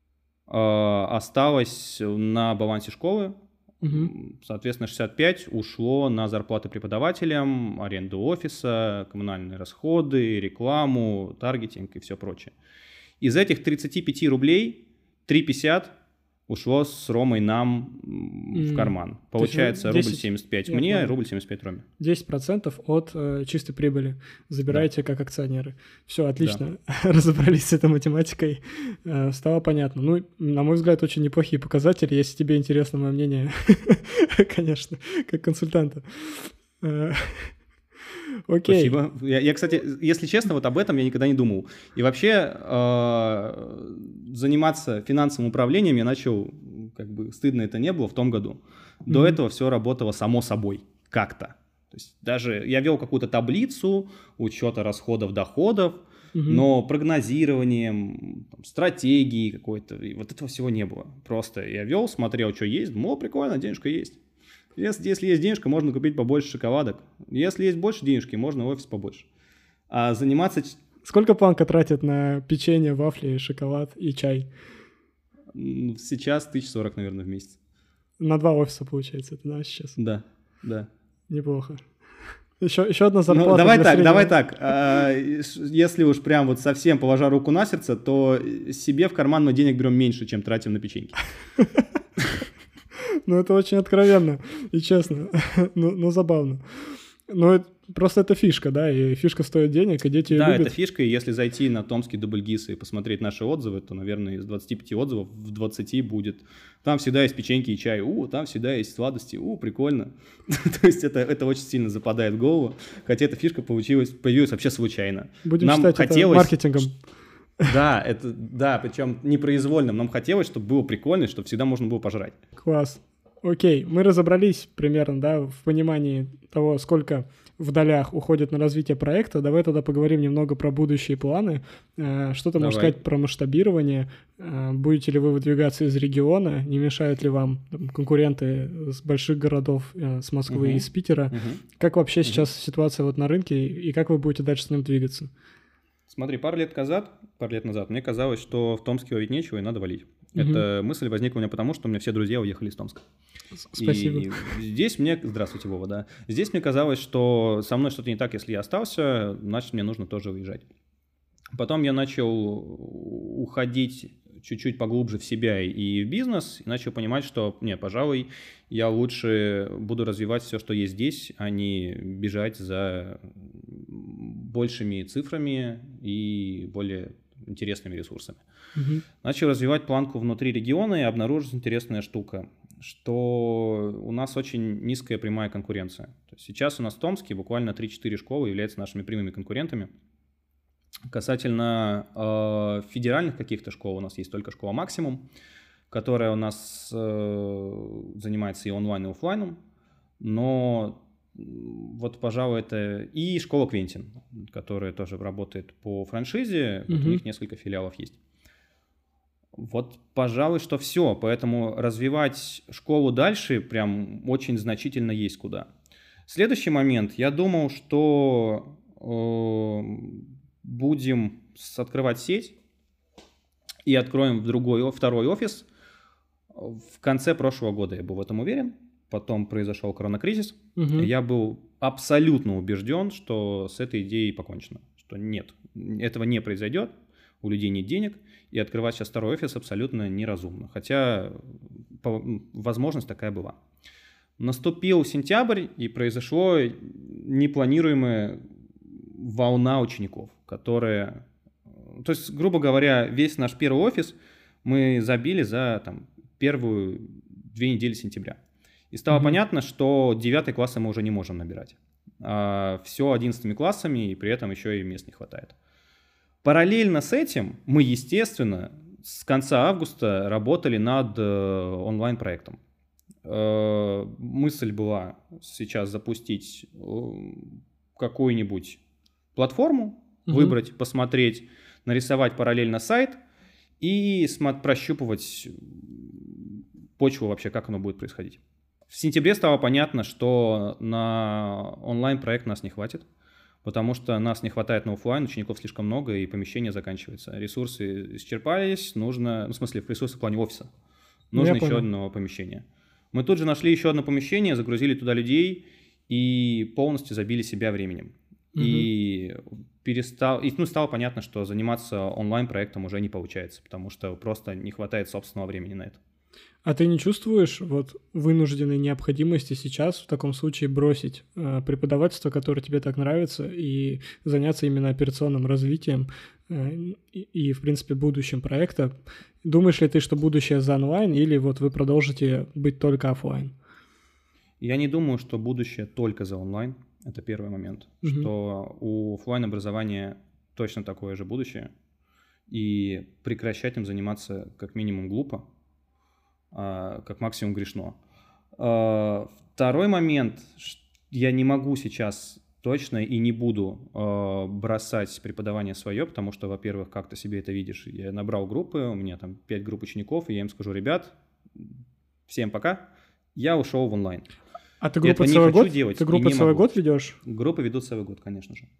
осталось на балансе школы. Соответственно, 65 ушло на зарплаты преподавателям, аренду офиса, коммунальные расходы, рекламу, таргетинг и все прочее. Из этих 35 рублей 3,50 ушло с Ромой нам в карман. Получается, рубль 75 мне, рубль 75 Роме. 10% от чистой прибыли забираете как акционеры. Все, отлично. Разобрались с этой математикой. Стало понятно. Ну, на мой взгляд, очень неплохие показатели. Если тебе интересно мое мнение, конечно, как консультанта. Окей. Спасибо. Я, кстати, если честно, вот об этом я никогда не думал. И вообще заниматься финансовым управлением я начал, как бы стыдно это не было, в том году. До этого все работало само собой, как-то. То есть даже я вел какую-то таблицу учета расходов, доходов, но прогнозированием, стратегией какой-то, и вот этого всего не было. Просто я вел, смотрел, что есть, думал, прикольно, денежка есть. Если есть денежка, можно купить побольше шоколадок. Если есть больше денежки, можно в офис побольше. А заниматься... Сколько Планка тратит на печенье, вафли, шоколад и чай? Сейчас 1040, наверное, в месяц. На 2 офиса, получается, это, да, сейчас? Да. Неплохо. Еще одна зарплата. Ну, давай так. Если уж прям вот совсем положа руку на сердце, то себе в карман мы денег берем меньше, чем тратим на печеньки. Ну, это очень откровенно и честно, но забавно. Но просто это фишка, да, и фишка стоит денег, и дети ее любят. Да, это фишка, и если зайти на Томский Дубльгиз и посмотреть наши отзывы, то, наверное, из 25 отзывов в 20 будет. Там всегда есть печеньки и чай, там всегда есть сладости, прикольно. То есть это очень сильно западает в голову, хотя эта фишка появилась вообще случайно. Будем считать это маркетингом. Да, причем непроизвольным. Нам хотелось, чтобы было прикольно, чтобы всегда можно было пожрать. Класс. Окей, мы разобрались примерно, да, в понимании того, сколько в долях уходит на развитие проекта. Давай тогда поговорим немного про будущие планы. Что ты можешь сказать про масштабирование? Будете ли вы выдвигаться из региона? Не мешают ли вам конкуренты с больших городов, с Москвы и с Питера? Как вообще сейчас ситуация вот на рынке, и как вы будете дальше с ним двигаться? Смотри, пару лет назад мне казалось, что в Томске ловить нечего и надо валить. Эта мысль возникла у меня потому, что у меня все друзья уехали из Томска. Спасибо. И здесь Здравствуйте, Вова, да. Здесь мне казалось, что со мной что-то не так, если я остался, значит, мне нужно тоже уезжать. Потом я начал уходить чуть-чуть поглубже в себя и в бизнес, и начал понимать, что, пожалуй, я лучше буду развивать все, что есть здесь, а не бежать за большими цифрами и более интересными ресурсами. Начал развивать планку внутри региона и обнаружить интересная штука, что у нас очень низкая прямая конкуренция. То есть сейчас у нас в Томске буквально 3-4 школы являются нашими прямыми конкурентами. Касательно федеральных каких-то школ, у нас есть только школа «Максимум», которая у нас занимается и онлайн, и офлайном, но вот, пожалуй, это и школа «Квентин», которая тоже работает по франшизе, вот у них несколько филиалов есть. Вот, пожалуй, что все, поэтому развивать школу дальше прям очень значительно есть куда. Следующий момент, я думал, что будем открывать сеть и откроем второй офис. В конце прошлого года я был в этом уверен. Потом произошел коронакризис. Я был абсолютно убежден, что с этой идеей покончено. Что нет, этого не произойдет, у людей нет денег, и открывать сейчас второй офис абсолютно неразумно. Хотя возможность такая была. Наступил сентябрь, и произошло непланируемая волна учеников, которые... То есть, грубо говоря, весь наш первый офис мы забили за первую 2 недели сентября. И стало понятно, что 9 классы мы уже не можем набирать. Все 11 классами, и при этом еще и мест не хватает. Параллельно с этим мы, естественно, с конца августа работали над онлайн-проектом. Мысль была сейчас запустить какую-нибудь платформу, выбрать, посмотреть, нарисовать параллельно сайт и прощупывать почву вообще, как оно будет происходить. В сентябре стало понятно, что на онлайн-проект нас не хватит, потому что нас не хватает на офлайн, учеников слишком много, и помещение заканчивается. Ресурсы исчерпались, ресурсы в плане офиса. Нужно еще одно помещение. Мы тут же нашли еще одно помещение, загрузили туда людей и полностью забили себя временем. И стало понятно, что заниматься онлайн-проектом уже не получается, потому что просто не хватает собственного времени на это. А ты не чувствуешь вот вынужденной необходимости сейчас в таком случае бросить преподавательство, которое тебе так нравится, и заняться именно операционным развитием и, в принципе, будущим проекта? Думаешь ли ты, что будущее за онлайн, или вот вы продолжите быть только офлайн? Я не думаю, что будущее только за онлайн. Это первый момент. Что у офлайн образования точно такое же будущее. И прекращать им заниматься как минимум глупо, как максимум грешно. Второй момент. Я не могу сейчас точно и не буду бросать преподавание свое, потому что, во-первых, как ты себе это видишь, я набрал группы, у меня там 5 групп учеников, и я им скажу: ребят, всем пока, я ушел в онлайн. А ты группу целый год? Ты группу целый год ведешь? Группы ведут целый год, конечно же.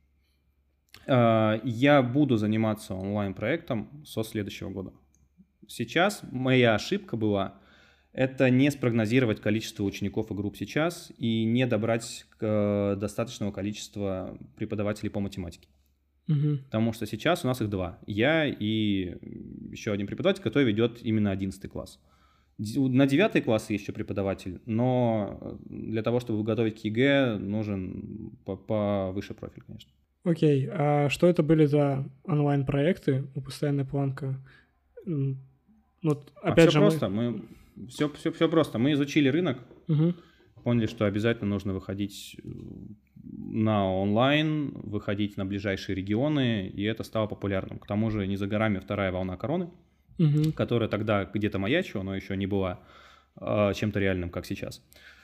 Я буду заниматься онлайн-проектом со следующего года. Сейчас моя ошибка была — это не спрогнозировать количество учеников и групп сейчас и не добрать достаточного количества преподавателей по математике. Потому что сейчас у нас их 2. Я и еще один преподаватель, который ведет именно 11 класс. На 9 класс есть еще преподаватель, но для того, чтобы готовить к ЕГЭ, нужен повыше профиль, конечно. Окей, а что это были за онлайн-проекты у «Постоянная планка»? Опять же, просто. Все просто. Мы изучили рынок, поняли, что обязательно нужно выходить на онлайн, выходить на ближайшие регионы, и это стало популярным. К тому же не за горами вторая волна короны, которая тогда где-то маячила, но еще не была чем-то реальным, как сейчас.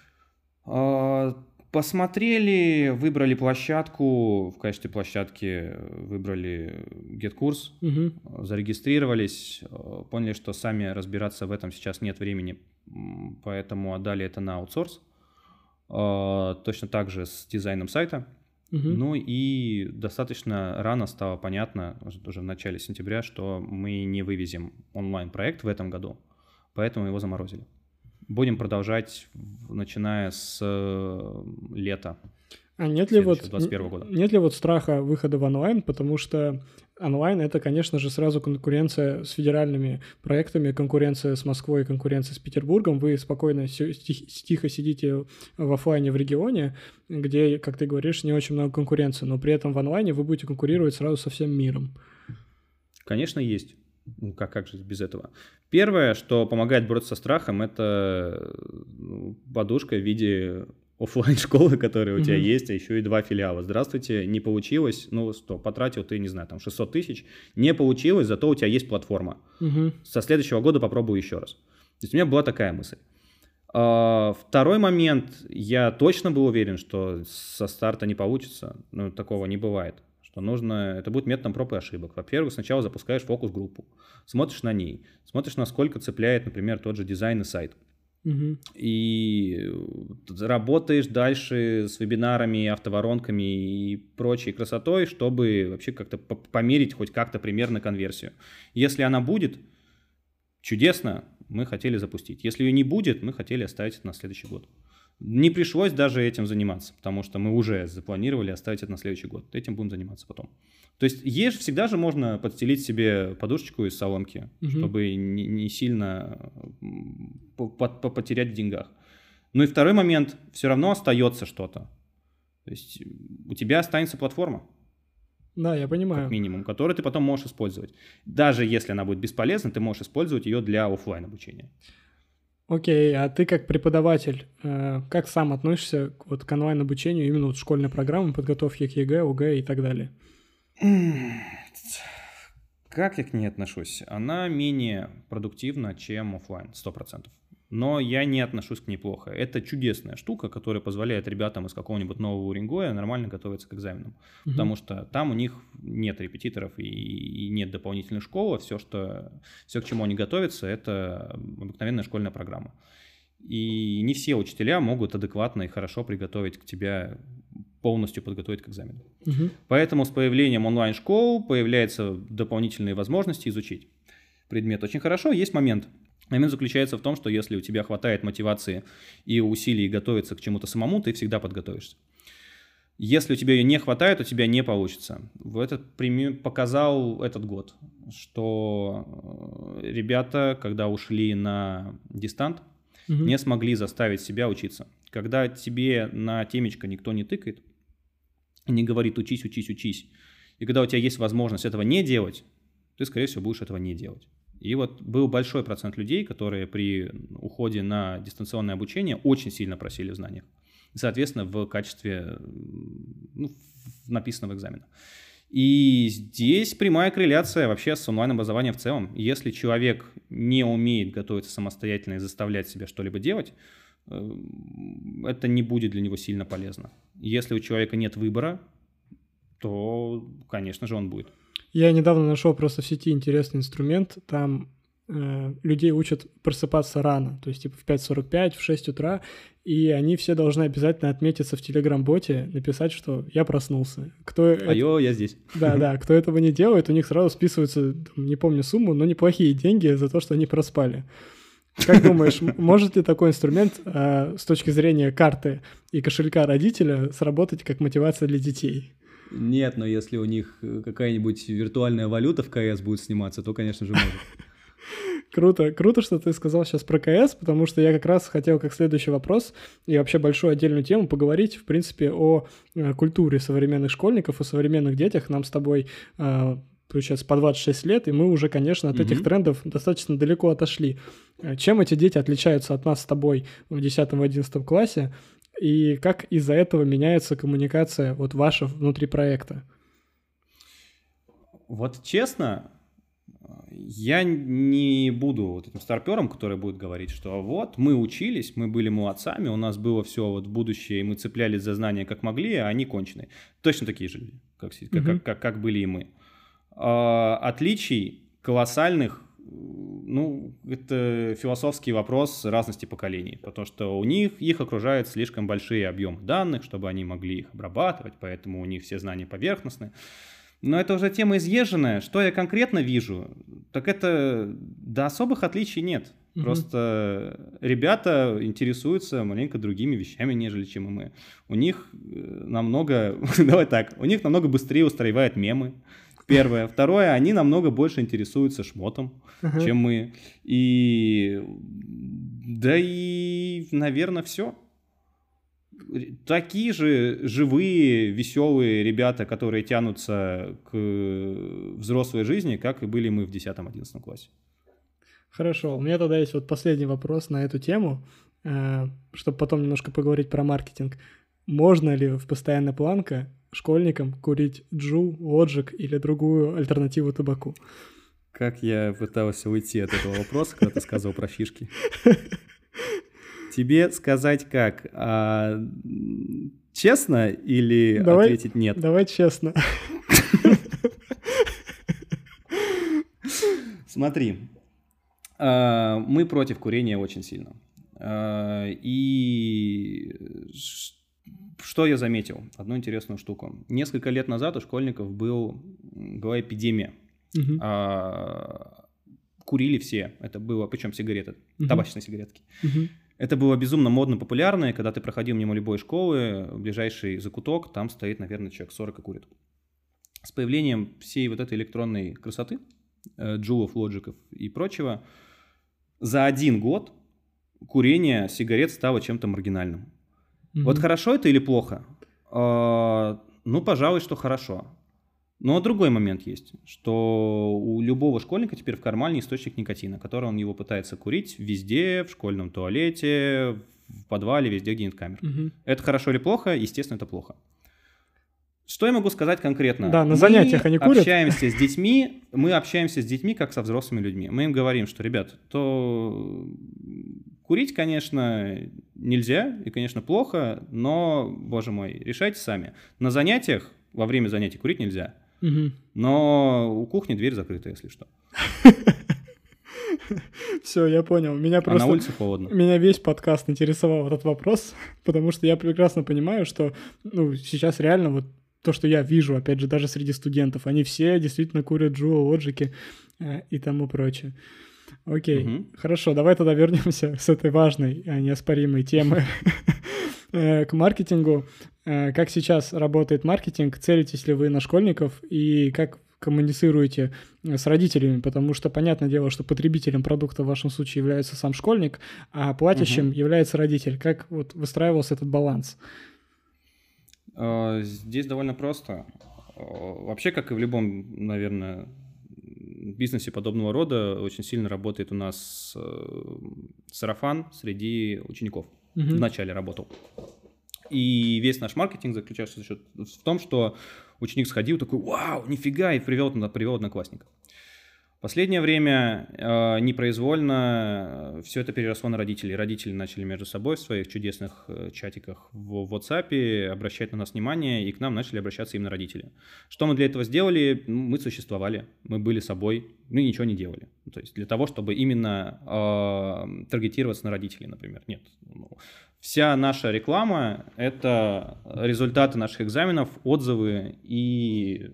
Посмотрели, выбрали площадку, в качестве площадки выбрали GetCourse, зарегистрировались, поняли, что сами разбираться в этом сейчас нет времени, поэтому отдали это на аутсорс, точно так же с дизайном сайта. Ну и достаточно рано стало понятно, уже в начале сентября, что мы не вывезем онлайн-проект в этом году, поэтому его заморозили. Будем продолжать, начиная с лета. А нет ли 2021 года? Нет ли страха выхода в онлайн, потому что онлайн — это, конечно же, сразу конкуренция с федеральными проектами, конкуренция с Москвой, конкуренция с Петербургом. Вы спокойно, тихо сидите в офлайне в регионе, где, как ты говоришь, не очень много конкуренции, но при этом в онлайне вы будете конкурировать сразу со всем миром. Конечно, есть. Как же без этого? Первое, что помогает бороться со страхом, это подушка в виде офлайн-школы, которая у тебя есть, а еще и 2 филиала. Здравствуйте, не получилось, потратил ты, не знаю, там 600 тысяч, не получилось, зато у тебя есть платформа. Со следующего года попробую еще раз. То есть у меня была такая мысль. Второй момент, я точно был уверен, что со старта не получится, такого не бывает. Это будет методом проб и ошибок. Во-первых, сначала запускаешь фокус-группу, смотришь на ней, смотришь, насколько цепляет, например, тот же дизайн и сайт. И работаешь дальше с вебинарами, автоворонками и прочей красотой, чтобы вообще как-то померить хоть как-то примерно конверсию. Если она будет, чудесно, мы хотели запустить. Если ее не будет, мы хотели оставить это на следующий год. Не пришлось даже этим заниматься, потому что мы уже запланировали оставить это на следующий год. Этим будем заниматься потом. То есть всегда же можно подстелить себе подушечку из соломки, чтобы не сильно потерять в деньгах. Ну и второй момент, все равно остается что-то. То есть у тебя останется платформа. Да, я понимаю. Как минимум, которую ты потом можешь использовать. Даже если она будет бесполезна, ты можешь использовать ее для офлайн обучения. Окей, а ты как преподаватель, как сам относишься к онлайн-обучению, именно школьной программы, подготовки к ЕГЭ, ОГЭ и так далее? Как я к ней отношусь? Она менее продуктивна, чем офлайн, 100%. Но я не отношусь к ней плохо. Это чудесная штука, которая позволяет ребятам из какого-нибудь нового Уренгоя нормально готовиться к экзаменам. Потому что там у них нет репетиторов и нет дополнительной школы. Все, к чему они готовятся, это обыкновенная школьная программа. И не все учителя могут адекватно и хорошо приготовить тебя, полностью подготовить к экзамену. Поэтому с появлением онлайн-школ появляются дополнительные возможности изучить предмет очень хорошо. Есть момент. Момент заключается в том, что если у тебя хватает мотивации и усилий готовиться к чему-то самому, ты всегда подготовишься. Если у тебя ее не хватает, у тебя не получится. Это показал этот год, что ребята, когда ушли на дистант, не смогли заставить себя учиться. Когда тебе на темечко никто не тыкает, не говорит учись, учись, учись, и когда у тебя есть возможность этого не делать, ты, скорее всего, будешь этого не делать. И вот был большой процент людей, которые при уходе на дистанционное обучение очень сильно просели в знаниях. И, соответственно, в качестве написанного экзамена. И здесь прямая корреляция вообще с онлайн-образованием в целом. Если человек не умеет готовиться самостоятельно и заставлять себя что-либо делать, это не будет для него сильно полезно. Если у человека нет выбора, то, конечно же, он будет. Я недавно нашел просто в сети интересный инструмент. Там людей учат просыпаться рано, то есть типа в 5:45, в 6 утра, и они все должны обязательно отметиться в Telegram-боте, написать, что я проснулся. Я здесь. Да, кто этого не делает, у них сразу списываются, не помню сумму, но неплохие деньги за то, что они проспали. Как думаешь, может ли такой инструмент с точки зрения карты и кошелька родителя сработать как мотивация для детей? Нет, но если у них какая-нибудь виртуальная валюта в КС будет сниматься, то, конечно же, может. Круто, что ты сказал сейчас про КС, потому что я как раз хотел как следующий вопрос и вообще большую отдельную тему поговорить, в принципе, о культуре современных школьников, о современных детях. Нам с тобой, получается, по 26 лет, и мы уже, конечно, от этих трендов достаточно далеко отошли. Чем эти дети отличаются от нас с тобой в 10-11 классе, и как из-за этого меняется коммуникация вот ваша внутри проекта? Вот честно, я не буду вот этим старпером, который будет говорить, что вот мы учились, мы были молодцами, у нас было все вот будущее, и мы цеплялись за знания как могли, а они конченые. Точно такие же люди, как были и мы. Отличий колоссальных, это философский вопрос разности поколений, потому что их окружают слишком большие объемы данных, чтобы они могли их обрабатывать, поэтому у них все знания поверхностные. Но это уже тема изъезженная. Что я конкретно вижу, так это до особых отличий нет. Просто ребята интересуются маленько другими вещами, нежели чем и мы. У них намного быстрее устаревают мемы. Первое. Второе, они намного больше интересуются шмотом, чем мы. И, наверное, все. Такие же живые, веселые ребята, которые тянутся к взрослой жизни, как и были мы в 10-11 классе. Хорошо. У меня тогда есть вот последний вопрос на эту тему, чтобы потом немножко поговорить про маркетинг. Можно ли в постоянной планке школьникам курить Juul, Logic или другую альтернативу табаку? Как я пытался уйти от этого вопроса, когда ты сказал про фишки. Тебе сказать как? Честно или ответить нет? Давай честно. Смотри, мы против курения очень сильно. И что я заметил? Одну интересную штуку. Несколько лет назад у школьников была эпидемия. Курили все. Это было, причем сигареты, табачные сигаретки. Это было безумно модно, популярно, и когда ты проходил мимо любой школы, в ближайший закуток, там стоит, наверное, человек 40 и курит. С появлением всей вот этой электронной красоты, джулов, лоджиков и прочего, за 1 год курение сигарет стало чем-то маргинальным. Вот хорошо это или плохо? Пожалуй, что хорошо. Но другой момент есть, что у любого школьника теперь в кармане источник никотина, который он его пытается курить везде, в школьном туалете, в подвале, везде, где нет камер. Это хорошо или плохо? Естественно, это плохо. Что я могу сказать конкретно? Да, на занятиях они курят. Мы общаемся с детьми, как со взрослыми людьми. Мы им говорим, что, ребят, то курить, конечно, нельзя и, конечно, плохо, но, боже мой, решайте сами. На занятиях, во время занятий курить нельзя. Но у кухни дверь закрыта, если что. Все, я понял. А на улице холодно. Меня весь подкаст интересовал этот вопрос, потому что я прекрасно понимаю, что сейчас реально вот то, что я вижу, опять же, даже среди студентов, они все действительно курят Juul, Logic и тому прочее. Окей, хорошо, давай тогда вернемся с этой важной, неоспоримой темы к маркетингу. как сейчас работает маркетинг, целитесь ли вы на школьников и как коммуницируете с родителями, потому что понятное дело, что потребителем продукта в вашем случае является сам школьник, а платящим является родитель. Как вот выстраивался этот баланс? Здесь довольно просто. Вообще, как и в любом, наверное, бизнесе подобного рода, очень сильно работает у нас сарафан среди учеников. Вначале работал. И весь наш маркетинг заключался в том, что ученик сходил такой: вау, нифига, и привел одноклассника. В последнее время непроизвольно все это переросло на родителей. Родители начали между собой в своих чудесных чатиках в WhatsApp обращать на нас внимание, и к нам начали обращаться именно родители. Что мы для этого сделали? Мы существовали, мы были собой, мы ничего не делали. То есть для того, чтобы именно таргетироваться на родителей, например. Нет. Вся наша реклама – это результаты наших экзаменов, отзывы и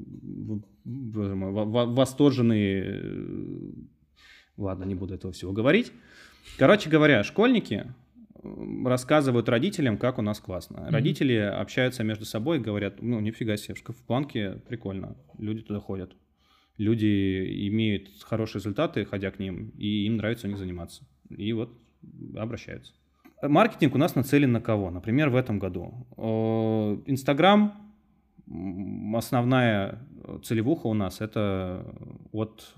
восторженные... Ладно, не буду этого всего говорить. Короче говоря, школьники рассказывают родителям, как у нас классно. Родители общаются между собой и говорят: ну, нифига себе, в планке прикольно, люди туда ходят. Люди имеют хорошие результаты, ходя к ним, и им нравится у них заниматься. И вот обращаются. Маркетинг у нас нацелен на кого? Например, в этом году. Инстаграм, основная целевуха у нас, это от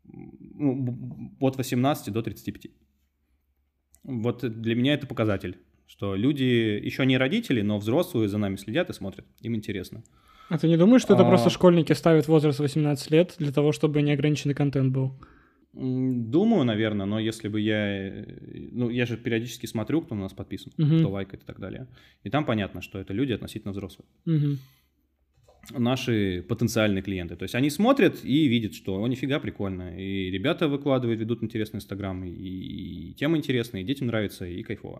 18 до 35. Вот для меня это показатель, что люди еще не родители, но взрослые за нами следят и смотрят, им интересно. А ты не думаешь, что это просто школьники ставят возраст 18 лет для того, чтобы неограниченный контент был? Думаю, наверное, но если бы я... Ну, я же периодически смотрю, кто на нас подписан, кто лайкает и так далее. И там понятно, что это люди относительно взрослые. Наши потенциальные клиенты. То есть они смотрят и видят, что о, нифига, прикольно. И ребята выкладывают, ведут интересный Инстаграм, и темы интересные, и детям нравится, и кайфово.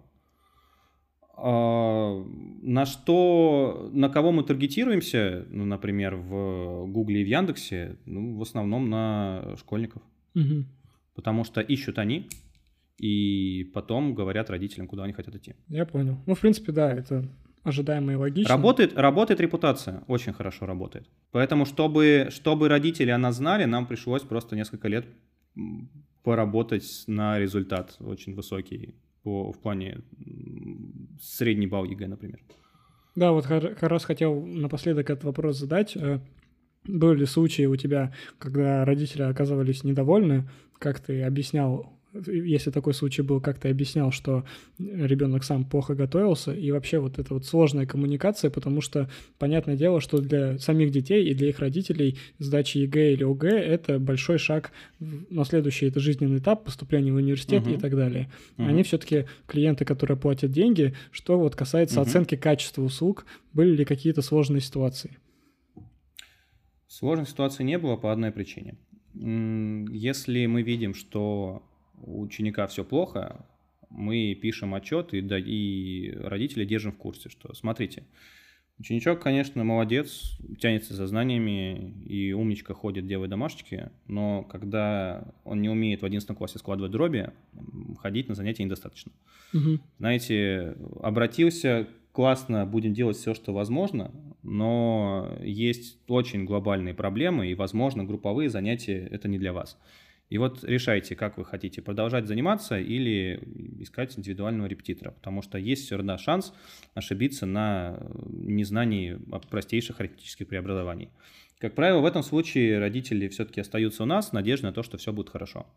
На кого мы таргетируемся, ну, например, в Гугле и в Яндексе, ну, в основном на школьников. Потому что ищут они, и потом говорят родителям, куда они хотят идти. Я понял. Ну, в принципе, да, это ожидаемо и логично. Работает репутация, очень хорошо работает. Поэтому, чтобы родители о нас знали, нам пришлось просто несколько лет поработать на результат очень высокий в плане средний балл ЕГЭ, например. Да, вот как раз хотел напоследок этот вопрос задать. Были ли случаи у тебя, когда родители оказывались недовольны, как ты объяснял, если такой случай был, как ты объяснял, что ребенок сам плохо готовился, и вообще вот эта вот сложная коммуникация, потому что, понятное дело, что для самих детей и для их родителей сдача ЕГЭ или ОГЭ — это большой шаг на следующий, это жизненный этап поступления в университет и так далее. Они все-таки клиенты, которые платят деньги. Что вот касается оценки качества услуг, были ли какие-то сложные ситуации? Сложной ситуации не было по одной причине. Если мы видим, что у ученика все плохо, мы пишем отчет и родители держим в курсе, что смотрите, ученичок, конечно, молодец, тянется за знаниями и умничка ходит, делает домашечки, но когда он не умеет в 11 классе складывать дроби, ходить на занятия недостаточно. Знаете, обратился, классно, будем делать все, что возможно, но есть очень глобальные проблемы, и, возможно, групповые занятия – это не для вас. И вот решайте, как вы хотите продолжать заниматься или искать индивидуального репетитора, потому что есть все равно шанс ошибиться на незнании простейших арифметических преобразований. Как правило, в этом случае родители все-таки остаются у нас, надежда на то, что все будет хорошо.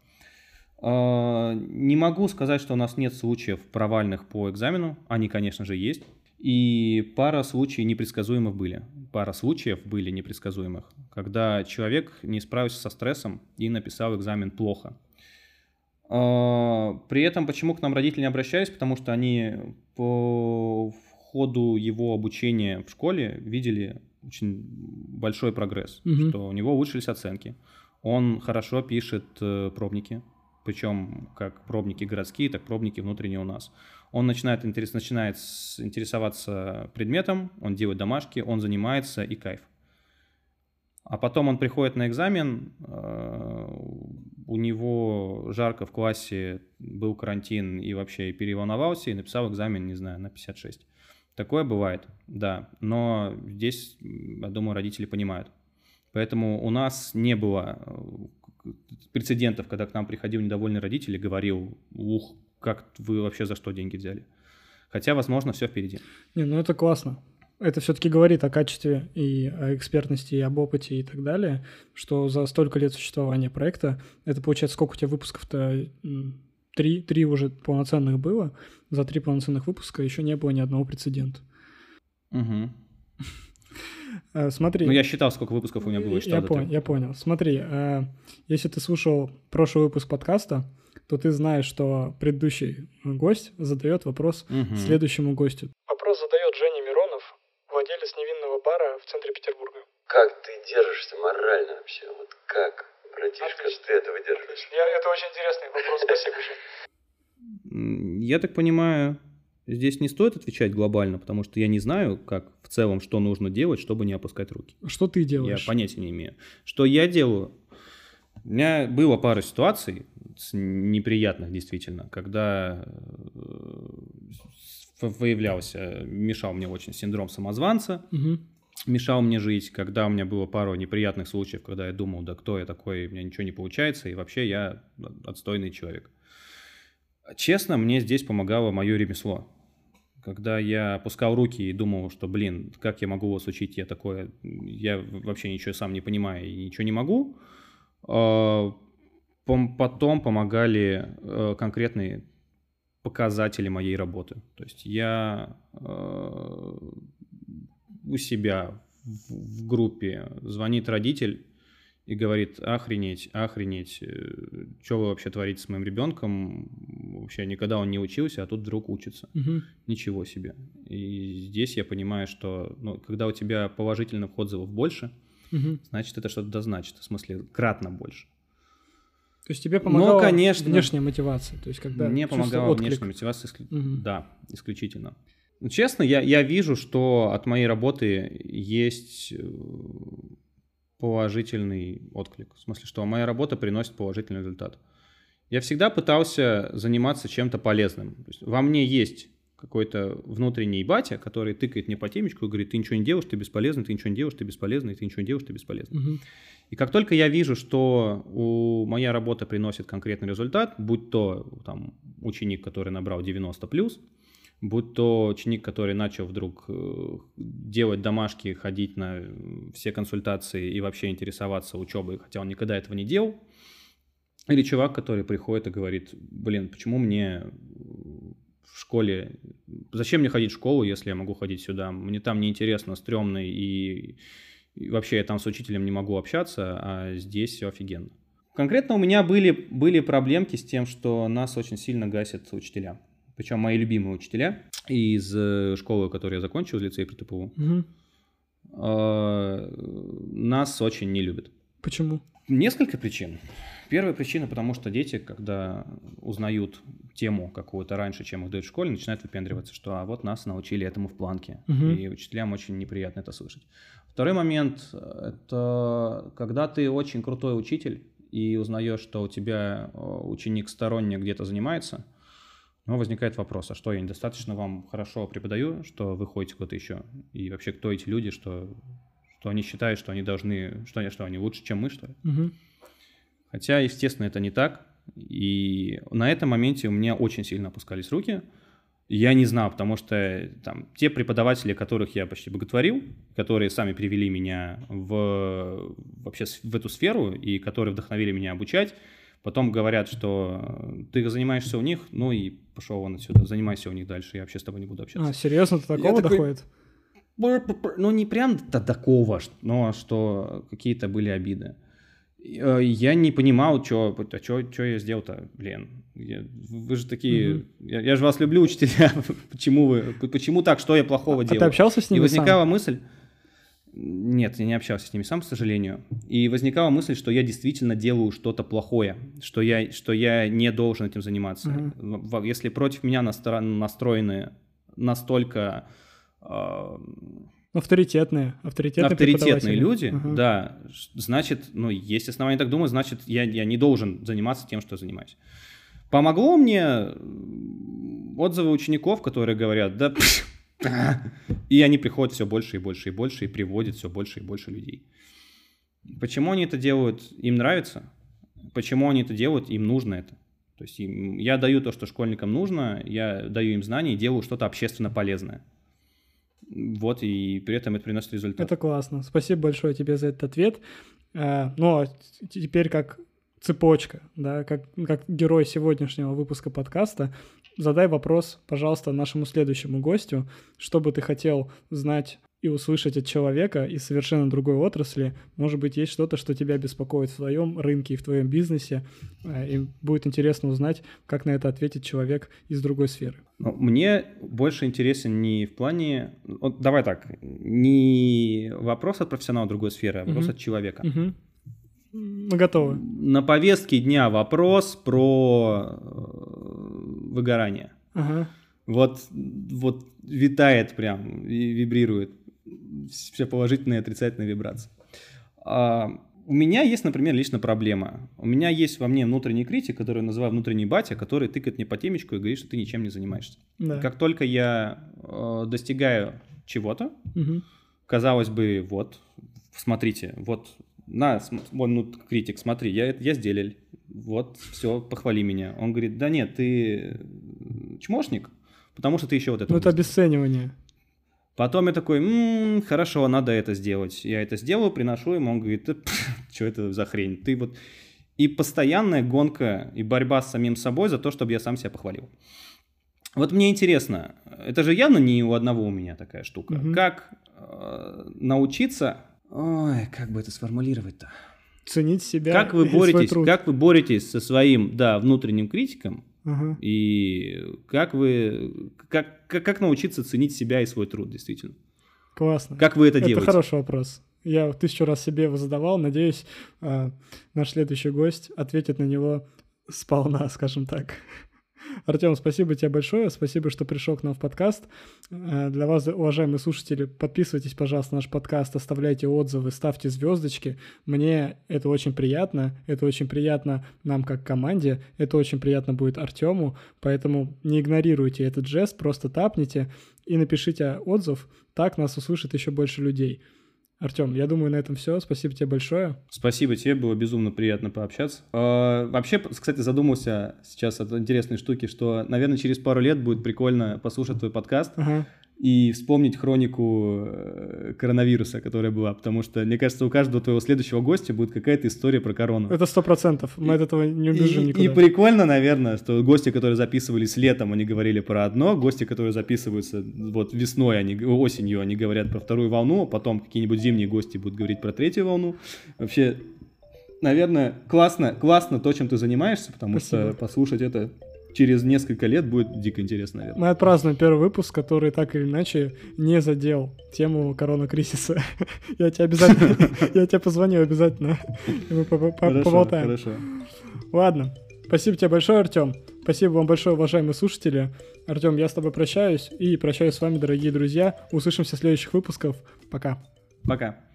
Не могу сказать, что у нас нет случаев провальных по экзамену, они, конечно же, есть. И пара случаев непредсказуемых были. Пара случаев были непредсказуемых, когда человек не справился со стрессом и написал экзамен плохо. При этом, почему к нам родители не обращались? Потому что они по ходу его обучения в школе видели очень большой прогресс, что у него улучшились оценки. Он хорошо пишет пробники, причем как пробники городские, так и пробники внутренние у нас. Он начинает интересоваться предметом, он делает домашки, он занимается, и кайф. А потом он приходит на экзамен, у него жарко в классе, был карантин и вообще переволновался, и написал экзамен, не знаю, на 56. Такое бывает, да. Но здесь, я думаю, родители понимают. Поэтому у нас не было прецедентов, когда к нам приходил недовольный родитель и говорил: ух, как вы вообще за что деньги взяли? Хотя, возможно, все впереди. Не, ну это классно. Это все-таки говорит о качестве и о экспертности, и об опыте и так далее, что за столько лет существования проекта, это получается, сколько у тебя выпусков-то? Три уже полноценных было. За 3 полноценных выпуска еще не было ни одного прецедента. Угу. Смотри. Ну, я считал, сколько выпусков у меня было. Я понял. Смотри, если ты слушал прошлый выпуск подкаста, то ты знаешь, что предыдущий гость задает вопрос следующему гостю. Вопрос задает Женя Миронов, владелец невинного бара в центре Петербурга. Как ты держишься морально вообще? Вот как, братишка, ты это выдерживаешь? Это очень интересный вопрос, спасибо, Жень. Я так понимаю, здесь не стоит отвечать глобально, потому что я не знаю, как в целом, что нужно делать, чтобы не опускать руки. Что ты делаешь? Я понятия не имею. Что я делаю? У меня было пара ситуаций неприятных, действительно, когда мешал мне очень синдром самозванца, мешал мне жить, когда у меня было пару неприятных случаев, когда я думал: да кто я такой, у меня ничего не получается, и вообще я отстойный человек. Честно, мне здесь помогало мое ремесло. Когда я опускал руки и думал, что, блин, как я могу вас учить, я вообще ничего сам не понимаю и ничего не могу, потом помогали конкретные показатели моей работы. То есть я у себя в группе звонит родитель и говорит: охренеть, что вы вообще творите с моим ребенком? Вообще никогда он не учился, а тут вдруг учится. Ничего себе. И здесь я понимаю, что когда у тебя положительных отзывов больше, значит, это что-то дозначит, в смысле, кратно больше. То есть тебе помогала внешняя мотивация? То есть когда мне помогала внешняя мотивация, да, исключительно. Честно, я вижу, что от моей работы есть положительный отклик. В смысле, что моя работа приносит положительный результат. Я всегда пытался заниматься чем-то полезным. То есть во мне есть какой-то внутренний батя, который тыкает мне по темечку и говорит: ты ничего не делаешь, ты бесполезный, ты ничего не делаешь, ты бесполезный, ты ничего не делаешь, ты бесполезный. И как только я вижу, что моя работа приносит конкретный результат, будь то там ученик, который набрал 90+, будь то ученик, который начал вдруг делать домашки, ходить на все консультации и вообще интересоваться учебой, хотя он никогда этого не делал, или чувак, который приходит и говорит: блин, почему мне в школе, зачем мне ходить в школу, если я могу ходить сюда, мне там неинтересно, стрёмно, и вообще я там с учителем не могу общаться, а здесь все офигенно. Конкретно у меня были проблемки с тем, что нас очень сильно гасят учителя. Причем мои любимые учителя из школы, которую я закончил, из лицея при ТПУ, нас очень не любят. Почему? Несколько причин. Первая причина, потому что дети, когда узнают тему какую-то раньше, чем их дают в школе, начинают выпендриваться, что вот нас научили этому в планке. И учителям очень неприятно это слышать. Второй момент – это когда ты очень крутой учитель и узнаешь, что у тебя ученик сторонний где-то занимается, возникает вопрос: а что, я недостаточно вам хорошо преподаю, что вы ходите куда-то еще? И вообще, кто эти люди, что они считают, что они должны, что они лучше, чем мы, что ли? Хотя, естественно, это не так. И на этом моменте у меня очень сильно опускались руки. Я не знал, потому что там те преподаватели, которых я почти боготворил, которые сами привели меня вообще в эту сферу и которые вдохновили меня обучать, потом говорят, что ты занимаешься у них, и пошел вон отсюда, занимайся у них дальше, я вообще с тобой не буду общаться. А, серьезно, до такого доходит? Не прям до такого, но что какие-то были обиды. Я не понимал, что я сделал-то, блин. Вы же такие... Я же вас люблю, учителя. Почему так? Что я плохого делал? А ты общался с ними И возникала мысль... Нет, я не общался с ними сам, к сожалению. И возникала мысль, что я действительно делаю что-то плохое, что я не должен этим заниматься. Если против меня настроены настолько... Авторитетные люди, да, значит, есть основания так думать, значит, я не должен заниматься тем, что занимаюсь. Помогло мне отзывы учеников, которые говорят: да И они приходят все больше и больше и больше и приводят все больше и больше людей. Почему они это делают? Им нравится. Почему они это делают? Им нужно это. То есть я даю то, что школьникам нужно, я даю им знания и делаю что-то общественно полезное. Вот, и при этом это приносит результат. Это классно. Спасибо большое тебе за этот ответ. Ну, а теперь как цепочка, да, как герой сегодняшнего выпуска подкаста, задай вопрос, пожалуйста, нашему следующему гостю, что бы ты хотел знать и услышать от человека из совершенно другой отрасли. Может быть, есть что-то, что тебя беспокоит в твоем рынке и в твоем бизнесе, и будет интересно узнать, как на это ответит человек из другой сферы. Мне больше интересен не в плане... Вот, давай так, не вопрос от профессионала другой сферы, а вопрос от человека. Мы готовы. На повестке дня вопрос про выгорание. Вот витает прям и вибрирует все положительные и отрицательные вибрации. У меня есть, например, лично проблема. У меня есть во мне внутренний критик, который я называю внутренний батя, который тыкает мне по темечку и говорит, что ты ничем не занимаешься. Да. Как только я достигаю чего-то, казалось бы, вот, смотрите, вот, критик, смотри, я сделал, вот, все, похвали меня. Он говорит, да нет, ты чмошник, потому что ты еще вот это... Ну, это обесценивание. Потом я такой, хорошо, надо это сделать. Я это сделаю, приношу ему, он говорит, что это за хрень? Ты вот... И постоянная гонка и борьба с самим собой за то, чтобы я сам себя похвалил. Вот мне интересно, это же явно не у одного у меня такая штука. Как научиться... Ой, как бы это сформулировать-то? Ценить себя. Как вы боретесь со своим, внутренним критиком, и как научиться ценить себя и свой труд, действительно? Классно. Как вы это делаете? Это хороший вопрос. Я 1000 раз себе его задавал. Надеюсь, наш следующий гость ответит на него сполна, скажем так. Артем, спасибо тебе большое, спасибо, что пришел к нам в подкаст. Для вас, уважаемые слушатели, подписывайтесь, пожалуйста, на наш подкаст, оставляйте отзывы, ставьте звездочки. Мне это очень приятно нам как команде, это очень приятно будет Артему, поэтому не игнорируйте этот жест, просто тапните и напишите отзыв, так нас услышит еще больше людей. Артем, я думаю, на этом все. Спасибо тебе большое. Спасибо тебе, было безумно приятно пообщаться. Вообще, кстати, задумался сейчас от интересной штуки, что, наверное, через пару лет будет прикольно послушать твой подкаст и вспомнить хронику коронавируса, которая была, потому что, мне кажется, у каждого твоего следующего гостя будет какая-то история про корону. Это 100%, мы от этого не убежим никуда. И прикольно, наверное, что гости, которые записывались летом, они говорили про одно, гости, которые записываются вот весной, осенью, они говорят про вторую волну, а потом какие-нибудь зимние гости будут говорить про третью волну. Вообще, наверное, классно то, чем ты занимаешься, потому что послушать это через несколько лет будет дико интересно, наверное. Мы отпразднуем первый выпуск, который так или иначе не задел тему коронакризиса. Я тебе позвоню обязательно, и мы поболтаем. Хорошо. Ладно, спасибо тебе большое, Артем. Спасибо вам большое, уважаемые слушатели. Артем, я с тобой прощаюсь и прощаюсь с вами, дорогие друзья. Услышимся в следующих выпусках. Пока. Пока.